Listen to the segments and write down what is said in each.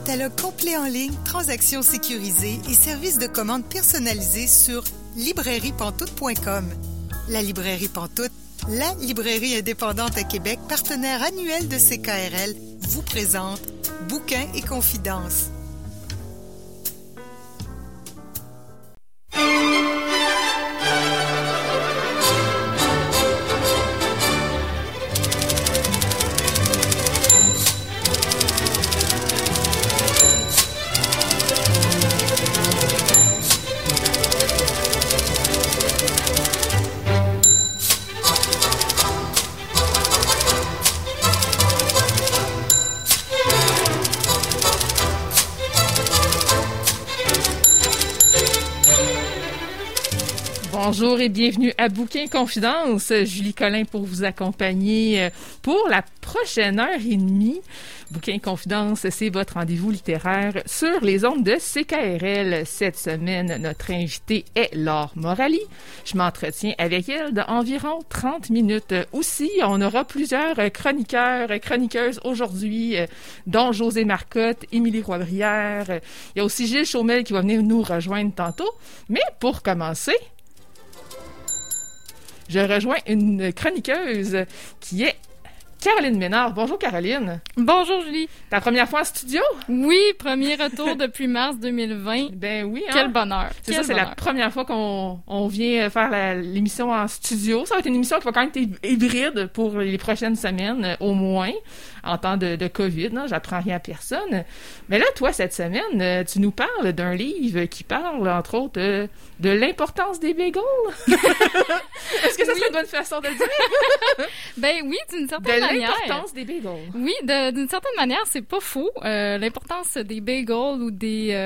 catalogue complet en ligne, transactions sécurisées et services de commande personnalisés sur librairiepantoute.com. La Librairie Pantoute, la librairie indépendante à Québec, partenaire annuel de CKRL, vous présente Bouquins et confidences. Bonjour et bienvenue à Bouquins Confidences. Julie Collin pour vous accompagner pour la prochaine heure et demie. Bouquins Confidences, c'est votre rendez-vous littéraire sur les ondes de CKRL. Cette semaine, notre invitée est Laure Morali. Je m'entretiens avec elle d'environ 30 minutes. Aussi, on aura plusieurs chroniqueurs et chroniqueuses aujourd'hui, dont José Marcotte, Émilie Roy-Brière. Il y a aussi Gilles Chaumel qui va venir nous rejoindre tantôt. Mais pour commencer, je rejoins une chroniqueuse qui est Caroline Ménard. Bonjour Caroline. Bonjour Julie. Ta première fois en studio? Oui, premier retour depuis mars 2020. Ben oui. Quel bonheur. C'est la première fois qu'on vient faire l'émission en studio. Ça va être une émission qui va quand même être hybride pour les prochaines semaines, au moins, en temps de COVID. Non, j'apprends rien à personne. Mais là, toi, cette semaine, tu nous parles d'un livre qui parle, entre autres, de l'importance des bagels. Est-ce que ça serait une bonne façon de le dire? Ben oui, d'une certaine manière. L'importance des bagels. Oui, d'une certaine manière, c'est pas faux. L'importance des bagels ou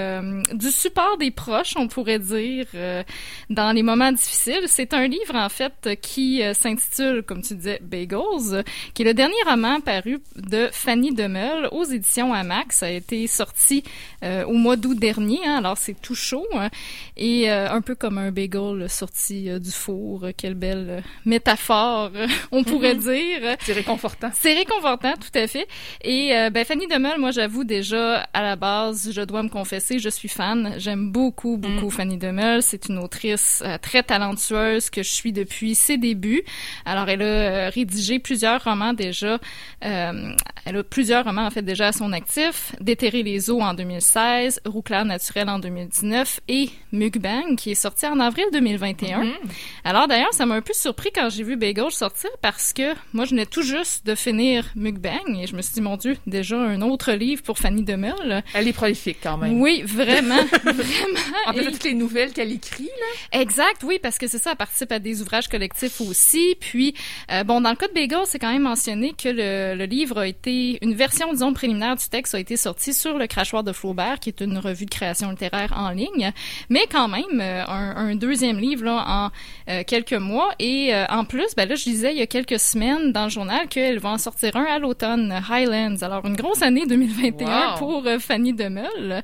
du support des proches, on pourrait dire, dans les moments difficiles. C'est un livre, en fait, qui s'intitule, comme tu disais, Bagels, qui est le dernier roman paru de Fanny Demeul aux éditions Amax. Ça a été sorti au mois d'août dernier, hein, alors c'est tout chaud, hein, et un peu comme un bagel sorti du four. Quelle belle métaphore, on pourrait dire. C'est réconfortant. C'est réconfortant, tout à fait. Et Fanny Demeul, moi, j'avoue déjà, à la base, je dois me confesser, je suis fan. J'aime beaucoup Fanny Demeul. C'est une autrice très talentueuse que je suis depuis ses débuts. Alors, elle a rédigé plusieurs romans déjà. Elle a plusieurs romans, en fait, déjà à son actif. Déterrer les eaux en 2016, Rouclair naturel en 2019 et Mukbang, qui est sorti en avril 2021. Alors, d'ailleurs, ça m'a un peu surpris quand j'ai vu Bagel sortir parce que moi, je venais tout juste de finir Mukbang et je me suis dit, mon Dieu, déjà un autre livre pour Fanny Demeul. Elle est prolifique quand même. Oui, vraiment, vraiment. En fait, toutes les nouvelles qu'elle écrit, là. Exact, oui, parce que c'est ça, elle participe à des ouvrages collectifs aussi. Puis, dans le cas de Bagel, c'est quand même mentionné que le livre a été, une version, disons, préliminaire du texte a été sortie sur Le Crachoir de Flaubert, qui est une revue de création littéraire en ligne. Mais quand même, un deuxième livre, là, en quelques mois. Et en plus, là, je lisais il y a quelques semaines dans le journal qu'elle va en sortir un à l'automne, Highlands. Alors, une grosse année 2021 pour Fanny Demeul.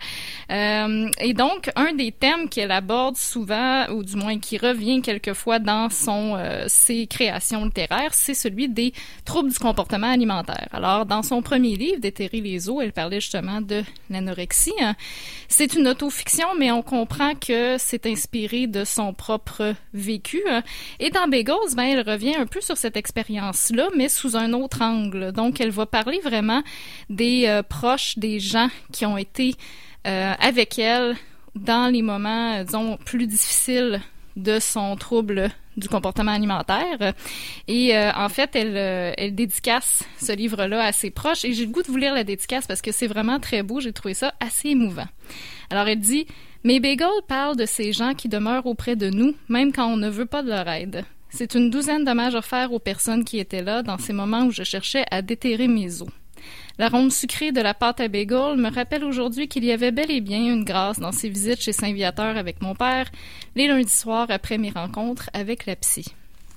Et donc, un des thèmes qu'elle aborde souvent, ou du moins qui revient quelquefois dans ses créations littéraires, c'est celui des troubles du comportement alimentaire. Alors, dans son premier livre, Déterrer les eaux, elle parlait justement de l'anorexie. C'est une autofiction, mais on comprend que c'est inspiré de son propre vécu. Et dans Bagels, elle revient un peu sur cette expérience-là, mais sous un autre angle. Donc, elle va parler vraiment des proches, des gens qui ont été avec elle dans les moments, disons, plus difficiles de son trouble du comportement alimentaire. Et en fait, elle dédicace ce livre-là à ses proches. Et j'ai le goût de vous lire la dédicace parce que c'est vraiment très beau. J'ai trouvé ça assez émouvant. Alors, elle dit « Mes bagels parlent de ces gens qui demeurent auprès de nous, même quand on ne veut pas de leur aide. C'est une douzaine d'hommages offerts aux personnes qui étaient là dans ces moments où je cherchais à déterrer mes os. L'arôme sucré de la pâte à bagel me rappelle aujourd'hui qu'il y avait bel et bien une grâce dans ces visites chez Saint-Viateur avec mon père, les lundis soirs après mes rencontres avec la psy. »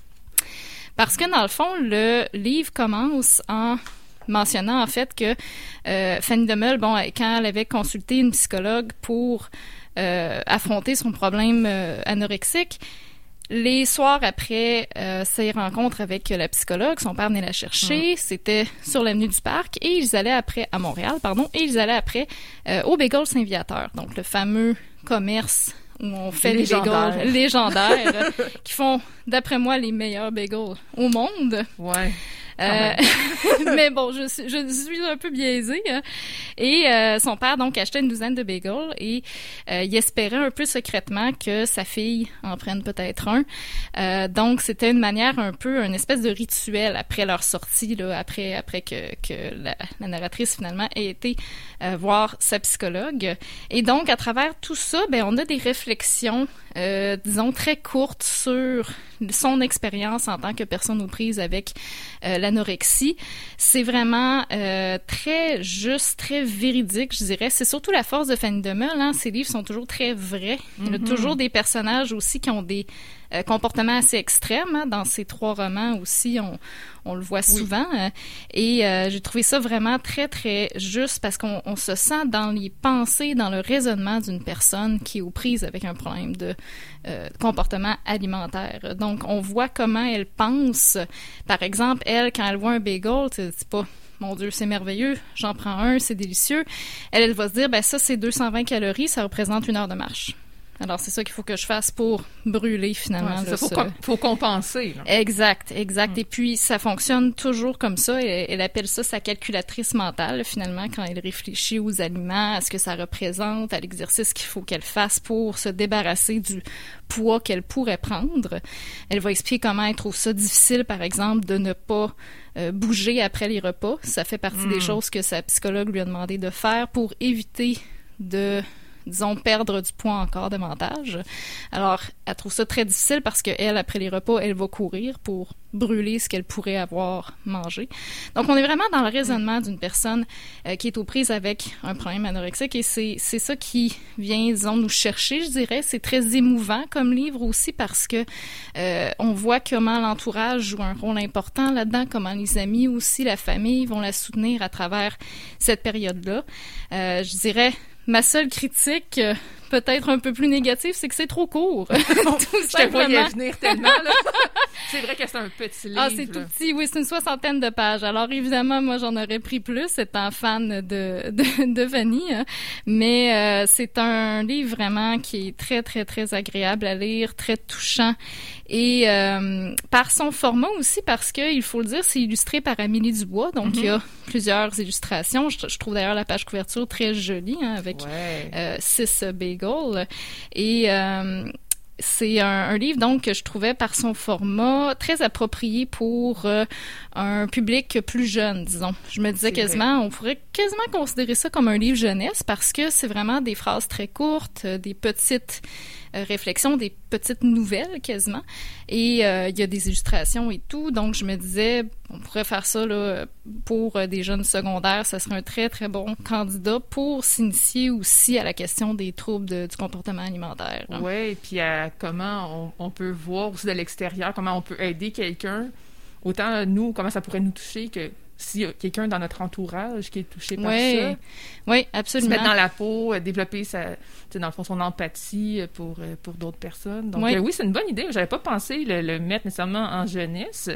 Parce que, dans le fond, le livre commence en mentionnant, en fait, que Fanny Demeul, quand elle avait consulté une psychologue pour affronter son problème anorexique, Les soirs après ces rencontres avec la psychologue, son père venait la chercher. C'était sur l'avenue du Parc et ils allaient après à Montréal, et ils allaient après au Bagel Saint-Viateur, donc le fameux commerce où on fait les bagels légendaires qui font, d'après moi, les meilleurs bagels au monde. Ouais. Mais bon, je suis un peu biaisée. Hein. Et son père, donc, achetait une douzaine de bagels et il espérait un peu secrètement que sa fille en prenne peut-être un. Donc, c'était une manière un peu, une espèce de rituel après leur sortie, là, après que la narratrice, finalement, ait été voir sa psychologue. Et donc, à travers tout ça, ben, on a des réflexions, disons, très courtes sur son expérience en tant que personne aux prises avec l'anorexie. C'est vraiment très juste, très véridique, je dirais. C'est surtout la force de Fanny Demel. Hein. Ses livres sont toujours très vrais. Il y a toujours des personnages aussi qui ont des comportements assez extrêmes. Hein. Dans ces 3 romans aussi, on le voit souvent. Et j'ai trouvé ça vraiment très, très juste parce qu'on se sent dans les pensées, dans le raisonnement d'une personne qui est aux prises avec un problème de comportement alimentaire. Donc, on voit comment elle pense. Par exemple, elle, quand elle voit un bagel, c'est pas « Mon Dieu, c'est merveilleux, j'en prends un, c'est délicieux ». Elle va se dire « Ben ça, c'est 220 calories, ça représente 1 heure de marche ». Alors, c'est ça qu'il faut que je fasse pour brûler, finalement. Ouais, faut compenser. Là. Exact. Et puis, ça fonctionne toujours comme ça. Elle appelle ça sa calculatrice mentale, finalement, quand elle réfléchit aux aliments, à ce que ça représente, à l'exercice qu'il faut qu'elle fasse pour se débarrasser du poids qu'elle pourrait prendre. Elle va expliquer comment elle trouve ça difficile, par exemple, de ne pas bouger après les repas. Ça fait partie des choses que sa psychologue lui a demandé de faire pour éviter de, disons, perdre du poids encore davantage. Alors, elle trouve ça très difficile parce qu'elle, après les repas, elle va courir pour brûler ce qu'elle pourrait avoir mangé. Donc, on est vraiment dans le raisonnement d'une personne qui est aux prises avec un problème anorexique et c'est ça qui vient, disons, nous chercher, je dirais. C'est très émouvant comme livre aussi parce que on voit comment l'entourage joue un rôle important là-dedans, comment les amis aussi, la famille vont la soutenir à travers cette période-là. Je dirais, ma seule critique, peut-être un peu plus négative, c'est que c'est trop court. Je te voyais venir tellement, là. C'est vrai que c'est un petit livre. Ah, c'est tout petit, oui, c'est une 60aine de pages. Alors, évidemment, moi, j'en aurais pris plus, étant fan de Fanny. Hein. Mais c'est un livre vraiment qui est très, très, très agréable à lire, très touchant. Et par son format aussi, parce que, il faut le dire, c'est illustré par Amélie Dubois. Donc, il y a plusieurs illustrations. Je trouve d'ailleurs la page couverture très jolie, hein, avec 6 bagels. Et c'est un livre donc que je trouvais par son format très approprié pour un public plus jeune, disons. Je me disais on pourrait quasiment considérer ça comme un livre jeunesse parce que c'est vraiment des phrases très courtes, des petites réflexions, des petites nouvelles quasiment. Et il y a des illustrations et tout. Donc, je me disais, on pourrait faire ça là, pour des jeunes secondaires. Ça serait un très, très bon candidat pour s'initier aussi à la question des troubles du comportement alimentaire. Oui, et puis à comment on peut voir aussi de l'extérieur, comment on peut aider quelqu'un. Autant nous, comment ça pourrait nous toucher que s'il y a quelqu'un dans notre entourage qui est touché par ça. Oui, absolument. Se mettre dans la peau, développer dans le fond, son empathie pour d'autres personnes. Donc oui, c'est une bonne idée. J'avais pas pensé le mettre nécessairement en jeunesse.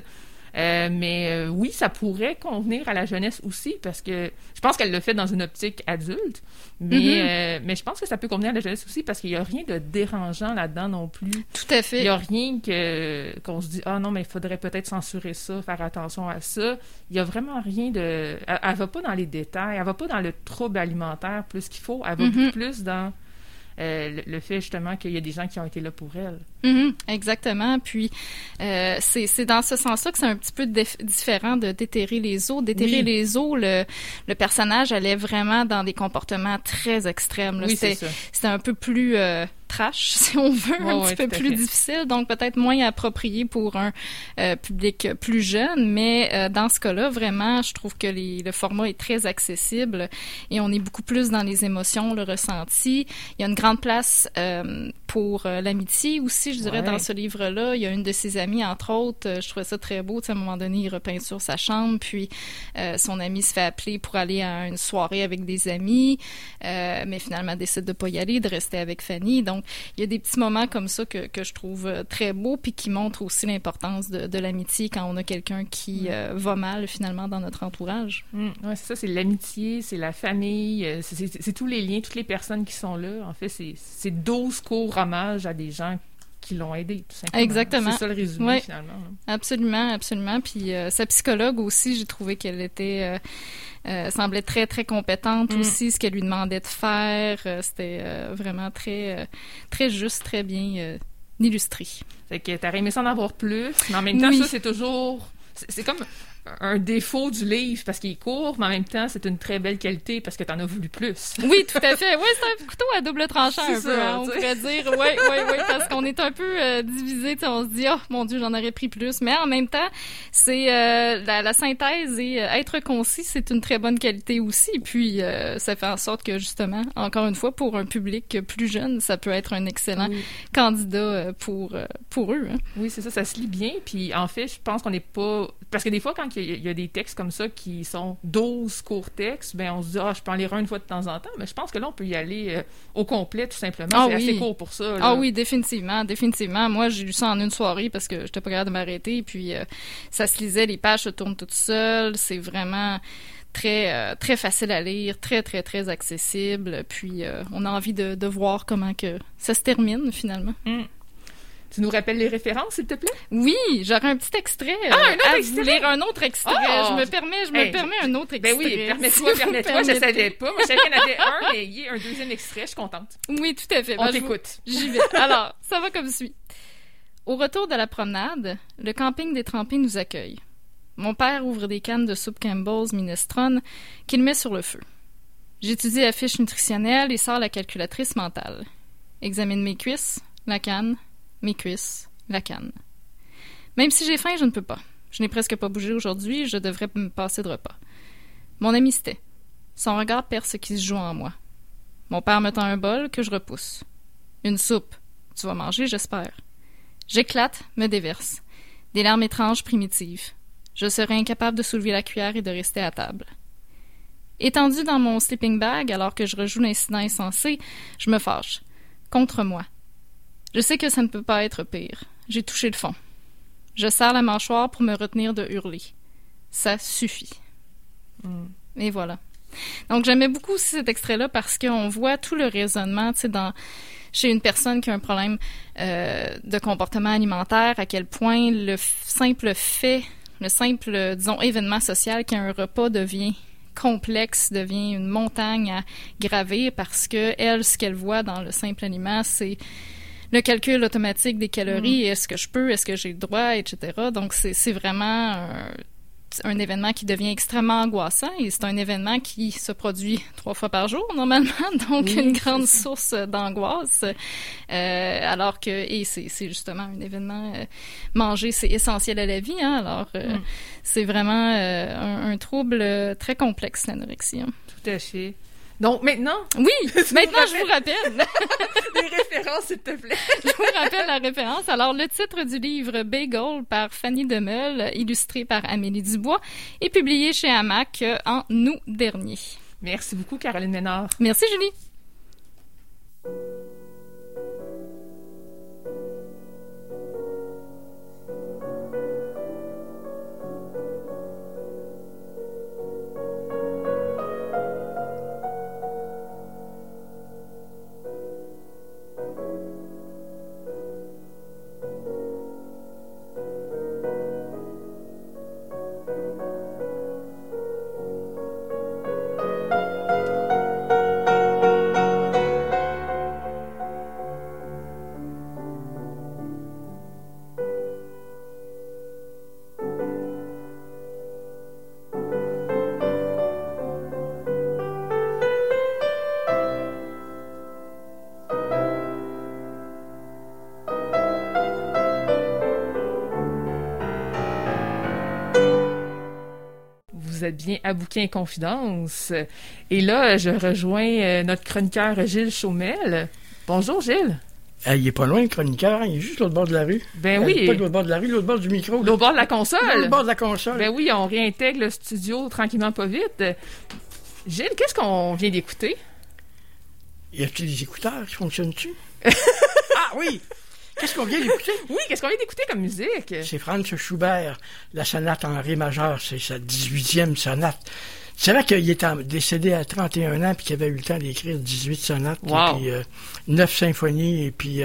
Mais oui, ça pourrait convenir à la jeunesse aussi parce que je pense qu'elle le fait dans une optique adulte, mais je pense que ça peut convenir à la jeunesse aussi parce qu'il n'y a rien de dérangeant là-dedans non plus. Tout à fait. Il n'y a rien qu'on se dit « Ah non, mais il faudrait peut-être censurer ça, faire attention à ça. » Il n'y a vraiment rien de... Elle va pas dans les détails, elle va pas dans le trouble alimentaire plus qu'il faut, elle va beaucoup plus dans... le fait justement qu'il y a des gens qui ont été là pour elle. Exactement. Puis c'est dans ce sens-là que c'est un petit peu différent de Déterrer les eaux. Déterrer les eaux, le personnage allait vraiment dans des comportements très extrêmes. Là. Oui, c'était un peu plus trash, si on veut, un petit peu plus difficile, donc peut-être moins approprié pour un public plus jeune, mais dans ce cas-là, vraiment, je trouve que le format est très accessible et on est beaucoup plus dans les émotions, le ressenti. Il y a une grande place pour l'amitié aussi, je dirais, dans ce livre-là. Il y a une de ses amies, entre autres, je trouvais ça très beau, à un moment donné, il repeint sur sa chambre, puis son ami se fait appeler pour aller à une soirée avec des amis, mais finalement décide de pas y aller, de rester avec Fanny. Donc, Donc, il y a des petits moments comme ça que je trouve très beaux, puis qui montrent aussi l'importance de l'amitié quand on a quelqu'un qui va mal, finalement, dans notre entourage. Oui, c'est ça, c'est l'amitié, c'est la famille, c'est tous les liens, toutes les personnes qui sont là. En fait, c'est 12 courts hommages à des gens qui l'ont aidé, tout simplement. Exactement. C'est ça le résumé, finalement. Absolument. Puis sa psychologue aussi, j'ai trouvé qu'elle était... semblait très, très compétente aussi, ce qu'elle lui demandait de faire. C'était vraiment très, très juste, très bien illustré. Fait que t'aurais aimé ça en avoir plus, mais en même temps, ça, c'est toujours... C'est comme un défaut du livre parce qu'il est court, mais en même temps, c'est une très belle qualité parce que t'en as voulu plus. Oui, tout à fait. Oui, c'est un couteau à double tranchant un peu, on pourrait dire. Oui, parce qu'on est un peu divisé. On se dit, oh mon Dieu, j'en aurais pris plus. Mais en même temps, c'est la synthèse et être concis, c'est une très bonne qualité aussi. Puis, ça fait en sorte que, justement, encore une fois, pour un public plus jeune, ça peut être un excellent candidat pour eux. Hein. Oui, c'est ça se lit bien. Puis, en fait, je pense qu'on n'est pas... Parce que des fois, quand il y a des textes comme ça qui sont 12 courts textes, ben on se dit, je peux en lire un une fois de temps en temps, mais je pense que là, on peut y aller au complet, tout simplement. C'est assez court pour ça. Là. Ah oui, définitivement. Moi, j'ai lu ça en une soirée parce que j'étais pas capable de m'arrêter, puis ça se lisait, les pages se tournent toutes seules, c'est vraiment... très très facile à lire, très très très accessible, puis on a envie de voir comment que ça se termine finalement. Tu nous rappelles les références, s'il te plaît? Oui, j'aurais un petit extrait. Un autre extrait? Lire un autre extrait. Je me permets un autre extrait. Ben oui, permets-toi, je savais pas. Moi, je savais qu'il y en avait un, mais il y a un deuxième extrait, je suis contente. Oui, tout à fait. On t'écoute. J'y vais. Alors, ça va comme suit. Au retour de la promenade, le camping des Trempés nous accueille. Mon père ouvre des cannes de soupe Campbell's minestrone qu'il met sur le feu. J'étudie la fiche nutritionnelle et sors la calculatrice mentale. Examine mes cuisses, la canne, mes cuisses, la canne. Même si j'ai faim, je ne peux pas. Je n'ai presque pas bougé aujourd'hui, je devrais me passer de repas. Mon ami Sté. Son regard perce ce qui se joue en moi. Mon père me tend un bol que je repousse. Une soupe. Tu vas manger, j'espère. J'éclate, me déverse. Des larmes étranges, primitives. Je serais incapable de soulever la cuillère et de rester à table. Étendu dans mon sleeping bag, alors que je rejoue l'incident insensé, je me fâche. Contre moi. Je sais que ça ne peut pas être pire. J'ai touché le fond. Je serre la mâchoire pour me retenir de hurler. Ça suffit. Et voilà. Donc, j'aimais beaucoup aussi cet extrait-là parce qu'on voit tout le raisonnement, tu sais, chez une personne qui a un problème de comportement alimentaire, à quel point le simple, disons, événement social qu'un repas devient complexe, devient une montagne à gravir parce que elle, ce qu'elle voit dans le simple aliment, c'est le calcul automatique des calories, est-ce que je peux, est-ce que j'ai le droit, etc. Donc, c'est vraiment un événement qui devient extrêmement angoissant et c'est un événement qui se produit 3 fois par jour, normalement, donc une grande source d'angoisse. Alors que, et c'est justement un événement, manger, c'est essentiel à la vie, hein, alors c'est vraiment un trouble très complexe, l'anorexie. Hein. Tout à fait. Donc, maintenant... Oui, maintenant, je vous rappelle. Les références, s'il te plaît. Je vous rappelle la référence. Alors, le titre du livre Bagel par Fanny Demeule, illustré par Amélie Dubois, est publié chez Hamac en août dernier. Merci beaucoup, Caroline Ménard. Merci, Julie. Vous êtes bien à Bouquin Confidence. Et là, je rejoins notre chroniqueur Gilles Chaumel. Bonjour, Gilles. Il est pas loin, le chroniqueur. Il est juste l'autre bord de la rue. Ben oui. Pas l'autre bord de la rue, l'autre bord du micro. L'autre bord de la console. L'autre bord de la console. Ben oui, on réintègre le studio tranquillement, pas vite. Gilles, qu'est-ce qu'on vient d'écouter? Y a-t-il des écouteurs qui fonctionnent-tu? Ah oui! Qu'est-ce qu'on vient d'écouter? Oui, qu'est-ce qu'on vient d'écouter comme musique? C'est Franz Schubert, la sonate en ré majeur, c'est sa 18e sonate. Tu savais qu'il était décédé à 31 ans puis qu'il avait eu le temps d'écrire 18 sonates, Wow. et puis 9 symphonies, et puis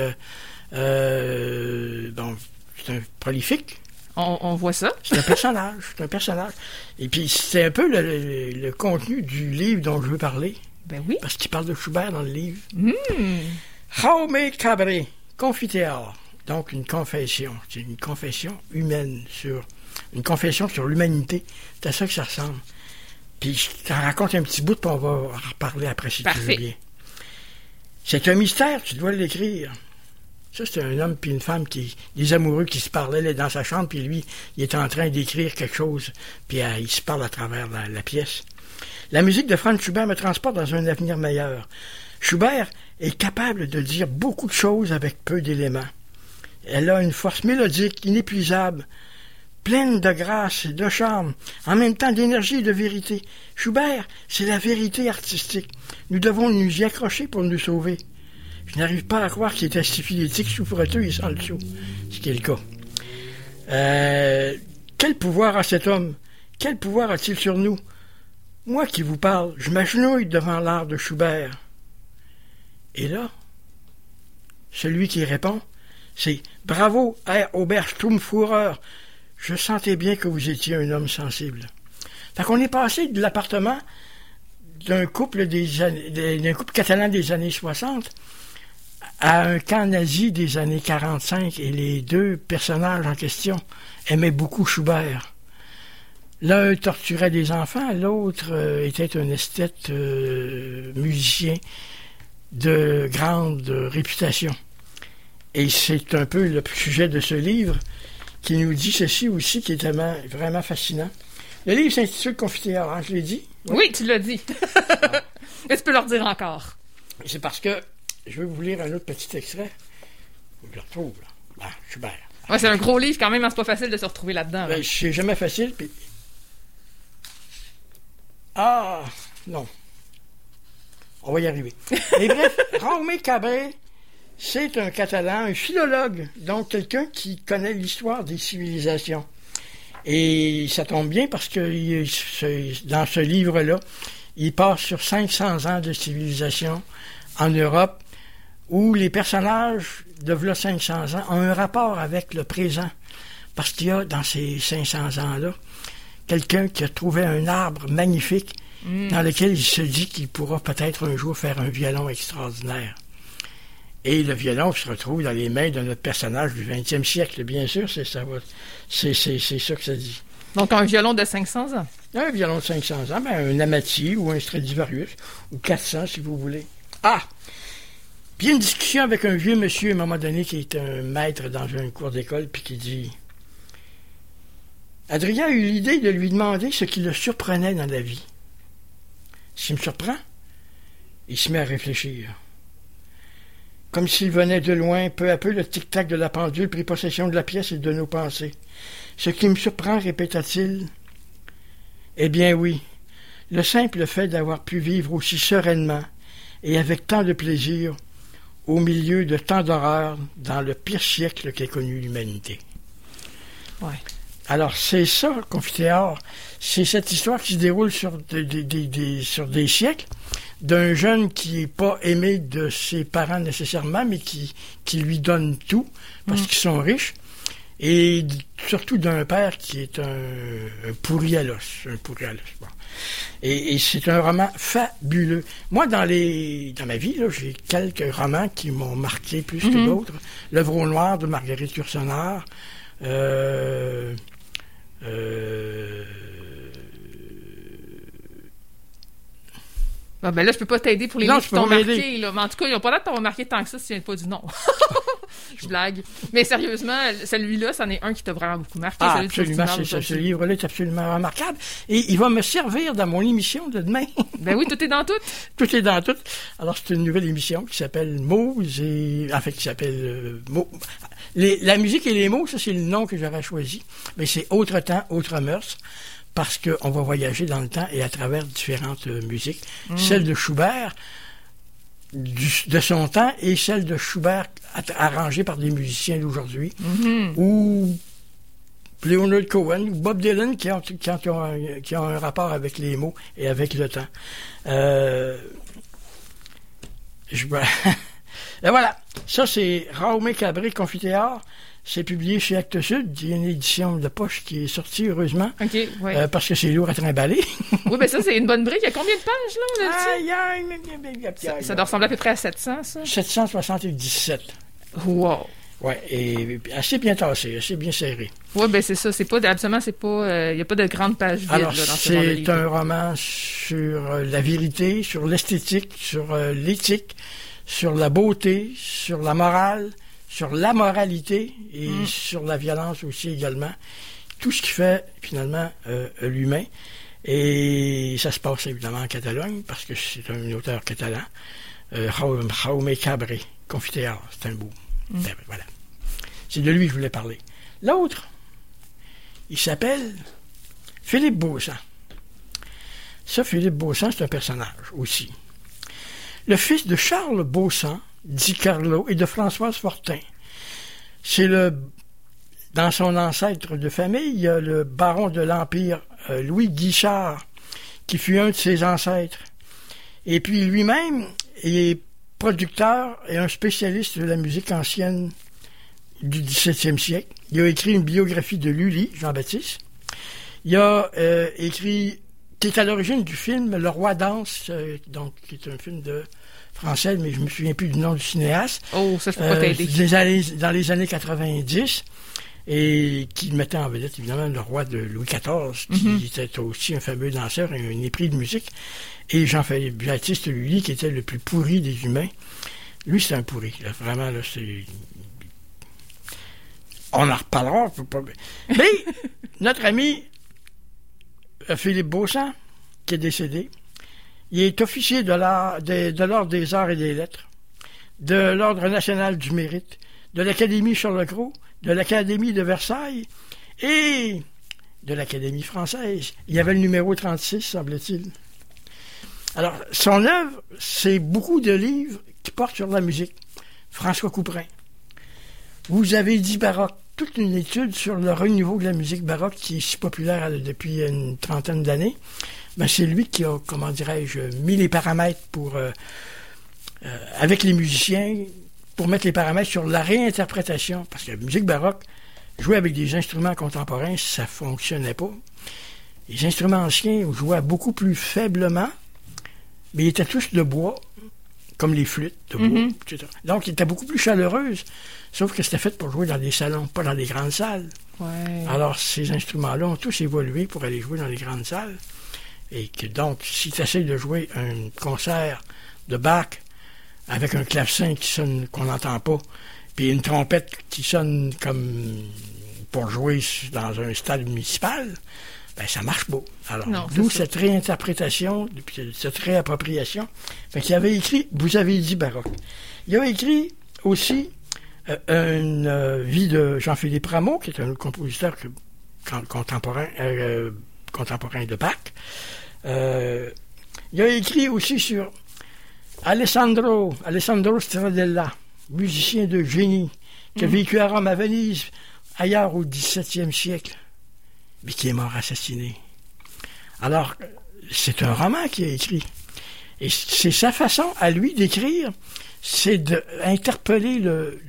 bon, c'est un prolifique. On voit ça. C'est un personnage. Et puis c'est un peu le contenu du livre dont je veux parler, Ben oui. parce qu'il parle de Schubert dans le livre. Jaume Cabré, Confiteor. Donc une confession. C'est une confession humaine une confession sur l'humanité. C'est à ça que ça ressemble. Puis je t'en raconte un petit bout, puis on va en reparler après si tu veux bien. C'est un mystère, tu dois l'écrire. Ça, c'est un homme puis une femme, des amoureux qui se parlaient là, dans sa chambre, puis lui, il est en train d'écrire quelque chose, puis il se parle à travers la pièce. La musique de Franz Schubert me transporte dans un avenir meilleur. Schubert est capable de dire beaucoup de choses avec peu d'éléments. Elle a une force mélodique inépuisable, pleine de grâce et de charme, en même temps d'énergie et de vérité. Schubert, c'est la vérité artistique. Nous devons nous y accrocher pour nous sauver. Je n'arrive pas à croire qu'il était syphilitique, souffreteux et sans le dessous, ce qui est le cas. Quel pouvoir a cet homme? Quel pouvoir a-t-il sur nous? Moi qui vous parle, je m'agenouille devant l'art de Schubert. Et là, celui qui répond, c'est « Bravo, Herr Obersturmführer, je sentais bien que vous étiez un homme sensible. » Fait qu'on est passé de l'appartement d'un couple catalan des années 60 à un camp nazi des années 45, et les deux personnages en question aimaient beaucoup Schubert. L'un torturait des enfants, l'autre était un esthète musicien de grande réputation. Et c'est un peu le sujet de ce livre qui nous dit ceci aussi, qui est vraiment fascinant. Le livre s'intitule Confiteor, hein, je l'ai dit? Oui, tu l'as dit. Mais tu peux leur dire encore. C'est parce que je vais vous lire un autre petit extrait. Je le retrouve, là. Ah, Schubert. Ouais, c'est un gros livre quand même, hein, c'est pas facile de se retrouver là-dedans. Ben, c'est jamais facile, puis... Ah, non. On va y arriver. Mais bref, Jaume Cabré, c'est un Catalan, un philologue, donc quelqu'un qui connaît l'histoire des civilisations. Et ça tombe bien parce que dans ce livre-là, il passe sur 500 ans de civilisation en Europe, où les personnages de v'là 500 ans ont un rapport avec le présent. Parce qu'il y a, dans ces 500 ans-là, quelqu'un qui a trouvé un arbre magnifique dans lequel il se dit qu'il pourra peut-être un jour faire un violon extraordinaire. Et le violon se retrouve dans les mains de notre personnage du 20e siècle, bien sûr, c'est ça que ça dit. Donc un violon de 500 ans. Un violon de 500 ans, ben, un Amati ou un Stradivarius, ou 400 si vous voulez. Ah! Puis il y a une discussion avec un vieux monsieur, à un moment donné, qui est un maître dans une cour d'école, puis qui dit... Adrien a eu l'idée de lui demander ce qui le surprenait dans la vie. Ce qui me surprend, il se met à réfléchir. Comme s'il venait de loin, peu à peu, le tic-tac de la pendule prit possession de la pièce et de nos pensées. Ce qui me surprend, répéta-t-il, eh bien oui, le simple fait d'avoir pu vivre aussi sereinement et avec tant de plaisir au milieu de tant d'horreurs dans le pire siècle qu'ait connu l'humanité. Ouais. Alors, c'est ça, Confiteor. C'est cette histoire qui se déroule sur des siècles, d'un jeune qui n'est pas aimé de ses parents nécessairement, mais qui lui donne tout, parce qu'ils sont riches, et surtout d'un père qui est un pourri à l'os. Bon. Et c'est un roman fabuleux. Moi, dans ma vie, là, j'ai quelques romans qui m'ont marqué plus que d'autres. L'œuvre au noir de Marguerite Yourcenar, Ah ben là, je peux pas t'aider pour les livres qui t'ont marqué, là. Mais en tout cas, ils n'ont pas l'air de t'avoir marqué tant que ça si tu viens pas du nom. Je blague. Mais sérieusement, celui-là, c'en est un qui t'a vraiment beaucoup marqué. Ah, absolument. Ce livre-là est absolument remarquable. Et il va me servir dans mon émission de demain. Ben oui, tout est dans tout. Tout est dans tout. Alors, c'est une nouvelle émission qui s'appelle Mots et... En fait, qui s'appelle Mots. La musique et les mots, ça, c'est le nom que j'aurais choisi. Mais c'est Autre temps, autre mœurs. Parce qu'on va voyager dans le temps et à travers différentes musiques. Celle de Schubert, de son temps et celle de Schubert arrangée par des musiciens d'aujourd'hui, ou Leonard Cohen ou Bob Dylan qui ont un rapport avec les mots et avec le temps. Et voilà, ça c'est Jaume Cabré Confiteor. C'est publié chez Actes Sud. Il y a une édition de poche qui est sortie, heureusement. OK, ouais. Parce que c'est lourd à trimballer. Oui, ben ça, c'est une bonne brique. Il y a combien de pages, là, ça doit ressembler à peu près à 700, ça? 777. Wow! Oui, et assez bien tassé, assez bien serré. Oui, ben c'est ça. C'est pas, absolument, c'est pas, il n'y a pas de grandes pages vides, alors, là, dans ce genre de livre. C'est un roman sur la vérité, sur l'esthétique, sur l'éthique, sur la beauté, sur la morale, sur la moralité et sur la violence aussi également. Tout ce qui fait, finalement, l'humain. Et ça se passe, évidemment, en Catalogne, parce que c'est un auteur catalan. Jaume Cabré Confiteor, c'est un beau. Ben, voilà. C'est de lui que je voulais parler. L'autre, il s'appelle Philippe Beauchamp. Ça, Philippe Beauchamp, c'est un personnage aussi. Le fils de Charles Beauchamp, dit Carlo, et de Françoise Fortin. C'est dans son ancêtre de famille, il y a le baron de l'Empire, Louis Guichard, qui fut un de ses ancêtres. Et puis lui-même est producteur et un spécialiste de la musique ancienne du XVIIe siècle. Il a écrit une biographie de Lully, Jean-Baptiste. Il a écrit, qui est à l'origine du film Le Roi danse, donc qui est un film français, mais je me souviens plus du nom du cinéaste. Oh, ça, je peux pas t'aider. Dans les années 90, et qui mettait en vedette, évidemment, le roi de Louis XIV, qui était aussi un fameux danseur et un épris de musique, et Jean-Philippe Baptiste Lully, qui était le plus pourri des humains. Lui, c'est un pourri. Là, vraiment, là, c'est... On en reparlera. Mais notre ami Philippe Beauchamp, qui est décédé, il est officier de l'Ordre des Arts et des Lettres, de l'Ordre national du Mérite, de l'Académie Charles-Cros, de l'Académie de Versailles et de l'Académie française. Il y avait le numéro 36, semble-t-il. Alors, son œuvre, c'est beaucoup de livres qui portent sur la musique. François Couperin. Vous avez dit baroque. Toute une étude sur le renouveau de la musique baroque qui est si populaire depuis une trentaine d'années. Ben, c'est lui qui a, comment dirais-je, mis les paramètres pour, avec les musiciens, pour mettre les paramètres sur la réinterprétation. Parce que la musique baroque, jouer avec des instruments contemporains, ça fonctionnait pas. Les instruments anciens jouaient beaucoup plus faiblement, mais ils étaient tous de bois, comme les flûtes de bois, etc. Donc, ils étaient beaucoup plus chaleureuses, sauf que c'était fait pour jouer dans des salons, pas dans des grandes salles. Ouais. Alors, ces instruments-là ont tous évolué pour aller jouer dans les grandes salles. Et que donc, si tu essaies de jouer un concert de Bach avec un clavecin qui sonne, qu'on n'entend pas, puis une trompette qui sonne comme pour jouer dans un stade municipal, ben ça marche pas. Alors, d'où cette réinterprétation, cette réappropriation. Fait qu'il avait écrit, vous avez dit baroque. Il a écrit aussi une vie de Jean-Philippe Rameau, qui est un compositeur contemporain de Bach. Il a écrit aussi sur Alessandro Stradella, musicien de génie, qui a vécu à Rome, à Venise, ailleurs au XVIIe siècle, mais qui est mort assassiné. Alors, c'est un roman qu'il a écrit. Et c'est sa façon à lui d'écrire, c'est d'interpeller le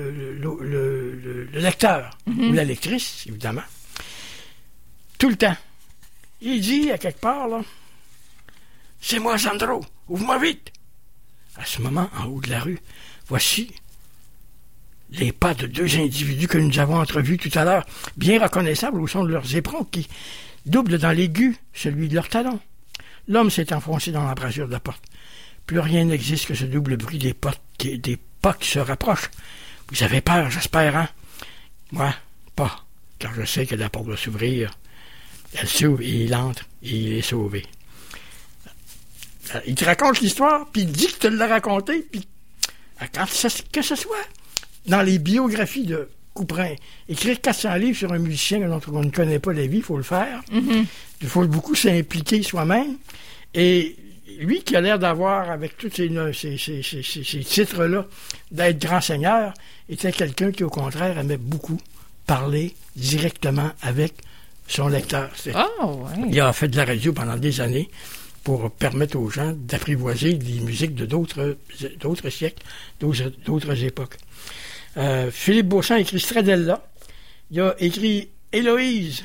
lecteur, ou la lectrice, évidemment, tout le temps. Il dit, à quelque part, là, « C'est moi, Sandro, ouvre-moi vite! » À ce moment, en haut de la rue, voici les pas de deux individus que nous avons entrevus tout à l'heure, bien reconnaissables au son de leurs éperons, qui doublent dans l'aigu celui de leurs talons. L'homme s'est enfoncé dans l'embrasure de la porte. Plus rien n'existe que ce double bruit des pas qui se rapprochent. Vous avez peur, j'espère, hein? Moi, pas, car je sais que la porte va s'ouvrir. Elle s'ouvre et il entre et il est sauvé. Il te raconte l'histoire, puis il dit que tu l'as raconté, puis que ce soit dans les biographies de Couperin, écrire 400 livres sur un musicien dont on ne connaît pas la vie, il faut le faire. Il faut beaucoup s'impliquer soi-même. Et lui qui a l'air d'avoir, avec tous ces titres-là, d'être grand seigneur, était quelqu'un qui, au contraire, aimait beaucoup parler directement avec son lecteur. Il a fait de la radio pendant des années pour permettre aux gens d'apprivoiser des musiques de d'autres siècles, d'autres époques. Philippe Beauchamp a écrit Stradella. Il a écrit Héloïse.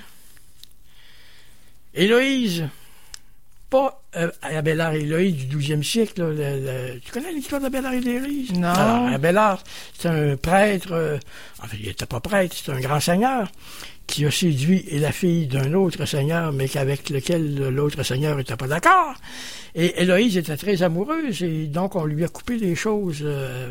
Héloïse, pas Abélard et Héloïse du 12e siècle. Là, tu connais l'histoire d'Abélard et d'Héloïse? Non. Alors, Abélard, c'est un prêtre, enfin, il n'était pas prêtre, c'est un grand seigneur qui a séduit la fille d'un autre seigneur, mais avec lequel l'autre seigneur n'était pas d'accord. Et Héloïse était très amoureuse, et donc on lui a coupé les choses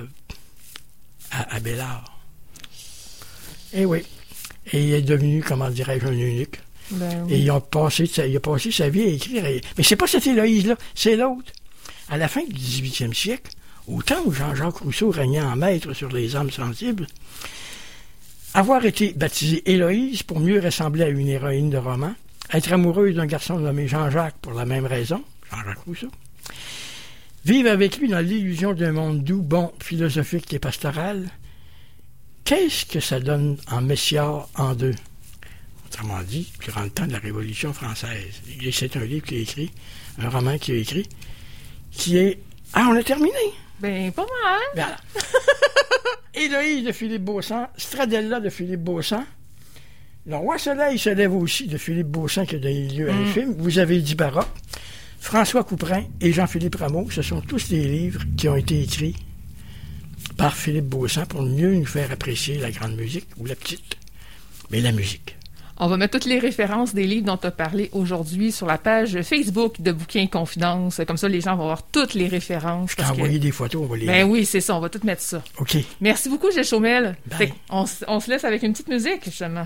à Abélard. Et oui. Et il est devenu, comment dirais-je, un eunuque. Ben oui. Et il a passé sa vie à écrire. Mais c'est pas cette Héloïse-là, c'est l'autre. À la fin du 18e siècle, au temps où Jean-Jacques Rousseau régnait en maître sur les âmes sensibles, avoir été baptisée Héloïse pour mieux ressembler à une héroïne de roman, être amoureuse d'un garçon nommé Jean-Jacques pour la même raison, Jean-Jacques Rousseau, vivre avec lui dans l'illusion d'un monde doux, bon, philosophique et pastoral, qu'est-ce que ça donne en Messiard en deux? Autrement dit, durant le temps de la Révolution française. Et c'est un livre qu'il a écrit, un roman qu'il a écrit, qui est... Ah, on a terminé! Ben, pas mal. Voilà. Héloïse de Philippe Beauchamp, Stradella de Philippe Beauchamp, Le Roi Soleil se lève aussi de Philippe Beauchamp qui a donné lieu à un film. Vous avez dit Baroque. François Couperin et Jean-Philippe Rameau, ce sont tous des livres qui ont été écrits par Philippe Beauchamp pour mieux nous faire apprécier la grande musique, ou la petite, mais la musique. On va mettre toutes les références des livres dont tu as parlé aujourd'hui sur la page Facebook de Bouquins Confidence. Comme ça, les gens vont voir toutes les références. Je t'ai envoyé des photos, on va les... Ben oui, c'est ça, on va tout mettre ça. OK. Merci beaucoup, Gilles Chaumel. Bye. On se laisse avec une petite musique, justement.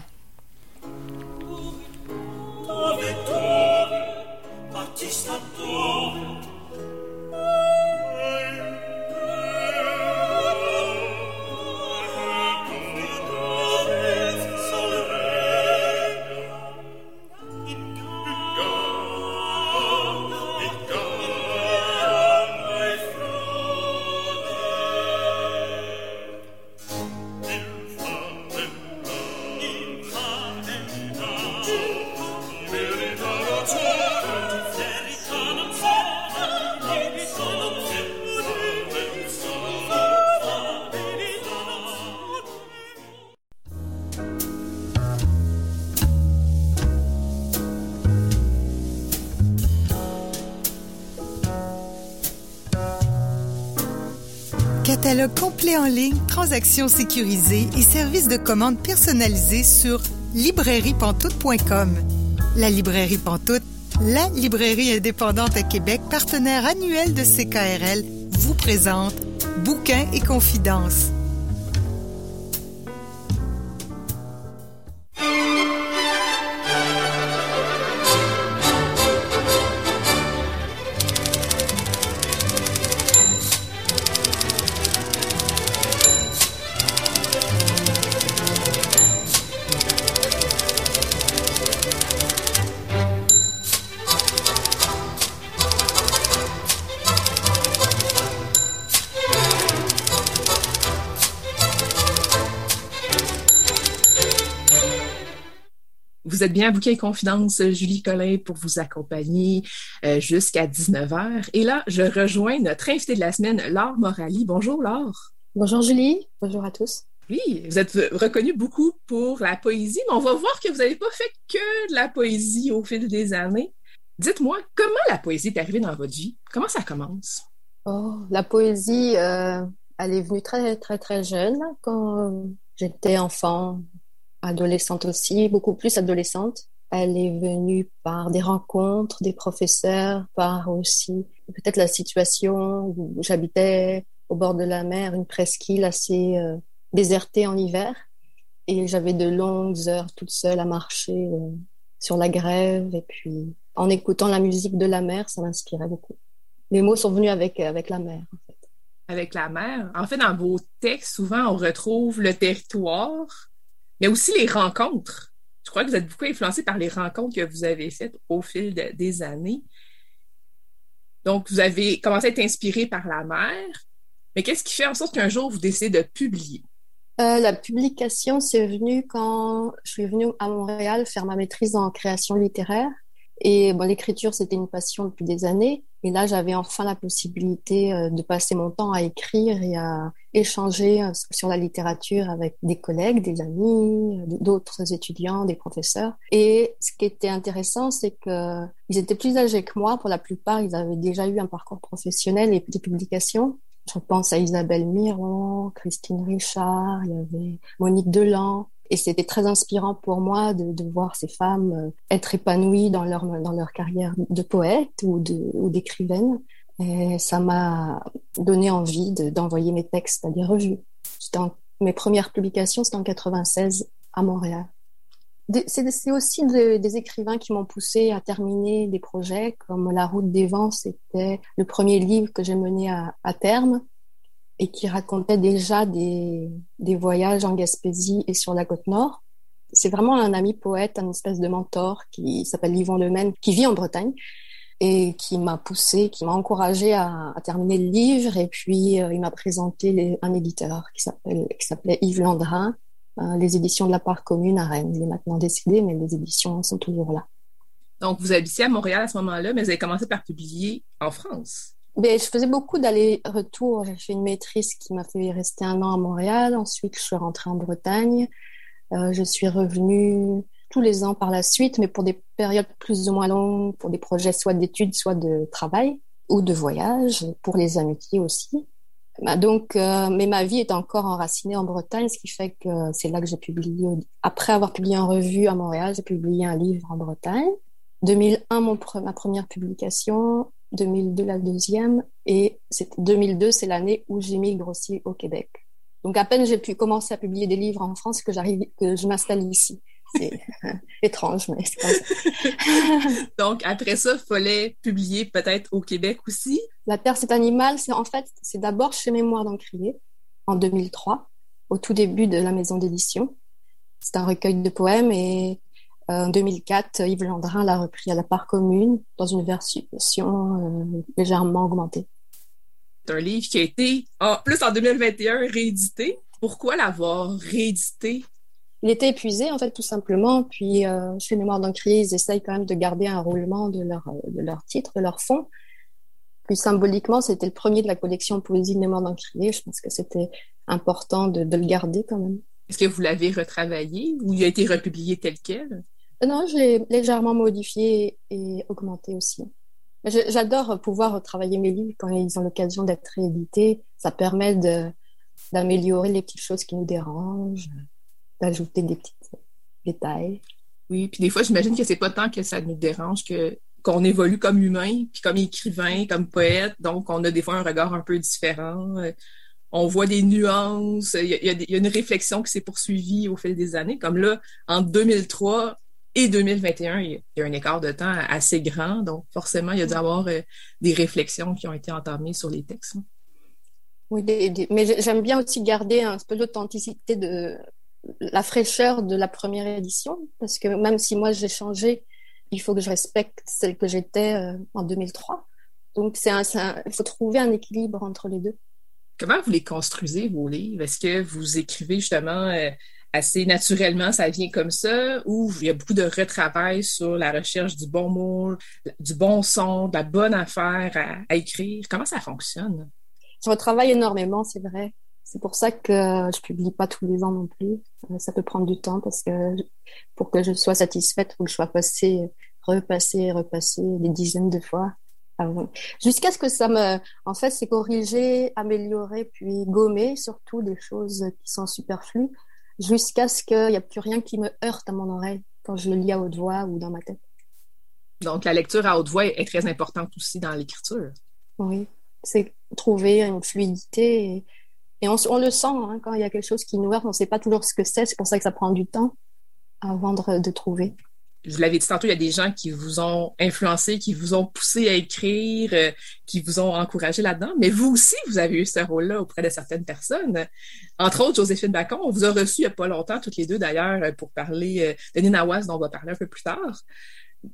Catalogue complet en ligne, transactions sécurisées et services de commande personnalisés sur librairiepantoute.com. La Librairie Pantoute, la librairie indépendante à Québec, partenaire annuel de CKRL, vous présente Bouquins et Confidences. Vous êtes bien à Bouquins et Confidences, Julie Collin pour vous accompagner jusqu'à 19h. Et là, je rejoins notre invitée de la semaine, Laure Morali. Bonjour, Laure. Bonjour Julie, bonjour à tous. Oui, vous êtes reconnue beaucoup pour la poésie, mais on va voir que vous n'avez pas fait que de la poésie au fil des années. Dites-moi, comment la poésie est arrivée dans votre vie? Comment ça commence? Oh, la poésie, elle est venue très, très, très jeune, quand j'étais enfant, adolescente aussi, beaucoup plus adolescente. Elle est venue par des rencontres, des professeurs, par aussi peut-être la situation où j'habitais au bord de la mer, une presqu'île assez désertée en hiver. Et j'avais de longues heures toute seule à marcher sur la grève. Et puis, en écoutant la musique de la mer, ça m'inspirait beaucoup. Les mots sont venus avec la mer, en fait. Avec la mer. En fait, dans vos textes, souvent, on retrouve le territoire, mais aussi les rencontres. Je crois que vous êtes beaucoup influencé par les rencontres que vous avez faites au fil des années. Donc, vous avez commencé à être inspiré par la mère, mais qu'est-ce qui fait en sorte qu'un jour, vous décidez de publier? La publication, c'est venu quand je suis venue à Montréal faire ma maîtrise en création littéraire. Et bon, l'écriture, c'était une passion depuis des années. Et là, j'avais enfin la possibilité de passer mon temps à écrire et à échanger sur la littérature avec des collègues, des amis, d'autres étudiants, des professeurs. Et ce qui était intéressant, c'est que ils étaient plus âgés que moi. Pour la plupart, ils avaient déjà eu un parcours professionnel et des publications. Je pense à Isabelle Miron, Christine Richard, il y avait Monique Delan. Et c'était très inspirant pour moi de voir ces femmes être épanouies dans leur carrière de poète ou d'écrivaine. Et ça m'a donné envie d'envoyer mes textes à des revues. Mes premières publications, c'était en 96 à Montréal. C'est aussi des écrivains qui m'ont poussé à terminer des projets comme La Route des Vents, c'était le premier livre que j'ai mené à terme et qui racontait déjà des voyages en Gaspésie et sur la Côte-Nord. C'est vraiment un ami poète, un espèce de mentor qui s'appelle Yvon Lemaine, qui vit en Bretagne et qui m'a poussé, qui m'a encouragé à terminer le livre. Et puis, il m'a présenté un éditeur qui s'appelait Yves Landrin, les éditions de la Part Commune à Rennes. Il est maintenant décédé, mais les éditions sont toujours là. Donc, vous habitiez à Montréal à ce moment-là, mais vous avez commencé par publier en France. Mais je faisais beaucoup d'allers-retours. J'ai fait une maîtrise qui m'a fait rester 1 an à Montréal. Ensuite, je suis rentrée en Bretagne. Je suis revenue tous les ans par la suite, mais pour des périodes plus ou moins longues, pour des projets soit d'études, soit de travail ou de voyage, pour les amitiés aussi. Donc, mais ma vie est encore enracinée en Bretagne, ce qui fait que c'est là que j'ai publié. Après avoir publié en revue à Montréal, j'ai publié un livre en Bretagne. 2001, ma première publication. 2002 la deuxième, et 2002 c'est l'année où j'émigre aussi au Québec. Donc à peine j'ai pu commencer à publier des livres en France que je m'installe ici. C'est étrange, mais c'est comme ça. Donc après ça, il fallait publier peut-être au Québec aussi. La Terre c'est animal, c'est d'abord chez Mémoire d'Encrier en 2003, au tout début de la maison d'édition. C'est un recueil de poèmes et en 2004, Yves Landrin l'a repris à la Part Commune dans une version légèrement augmentée. C'est un livre qui a été, en 2021, réédité. Pourquoi l'avoir réédité? Il était épuisé, en fait, tout simplement. Puis, chez Mémoire d'Encrier, ils essayent quand même de garder un roulement de leur titre, de leur fond. Puis, symboliquement, c'était le premier de la collection Poésie de Mémoire d'Encrier. Je pense que c'était important de le garder quand même. Est-ce que vous l'avez retravaillé ou il a été republié tel quel? Non, je l'ai légèrement modifié et augmenté aussi. J'adore pouvoir retravailler mes livres quand ils ont l'occasion d'être réédités. Ça permet d'améliorer les petites choses qui nous dérangent, d'ajouter des petits détails. Oui, puis des fois, j'imagine que c'est pas tant que ça nous dérange qu'on évolue comme humain, puis comme écrivain, comme poète, donc on a des fois un regard un peu différent. On voit des nuances, il y a une réflexion qui s'est poursuivie au fil des années. Comme là, entre 2003 et 2021, il y a un écart de temps assez grand, donc forcément, il y a dû y avoir des réflexions qui ont été entamées sur les textes. Oui, mais j'aime bien aussi garder un peu d'authenticité, de la fraîcheur de la première édition, parce que même si moi j'ai changé, il faut que je respecte celle que j'étais en 2003. Donc, il faut trouver un équilibre entre les deux. Comment vous les construisez, vos livres? Est-ce que vous écrivez justement assez naturellement, ça vient comme ça, ou il y a beaucoup de retravail sur la recherche du bon mot, du bon son, de la bonne affaire à écrire? Comment ça fonctionne? Je retravaille énormément, c'est vrai. C'est pour ça que je publie pas tous les ans non plus. Ça peut prendre du temps parce que pour que je sois satisfaite, il faut que je sois repassée des dizaines de fois. Jusqu'à ce que en fait, c'est corriger, améliorer, puis gommer surtout des choses qui sont superflues, jusqu'à ce qu'il n'y a plus rien qui me heurte à mon oreille quand je le lis à haute voix ou dans ma tête. Donc, la lecture à haute voix est très importante aussi dans l'écriture. Oui, c'est trouver une fluidité et on le sent quand il y a quelque chose qui nous heurte, on ne sait pas toujours ce que c'est pour ça que ça prend du temps avant de trouver. Vous l'avez dit tantôt, il y a des gens qui vous ont influencé, qui vous ont poussé à écrire, qui vous ont encouragé là-dedans. Mais vous aussi, vous avez eu ce rôle-là auprès de certaines personnes. Entre autres, Joséphine Bacon, on vous a reçu il n'y a pas longtemps, toutes les deux d'ailleurs, pour parler de Nina Wass, dont on va parler un peu plus tard.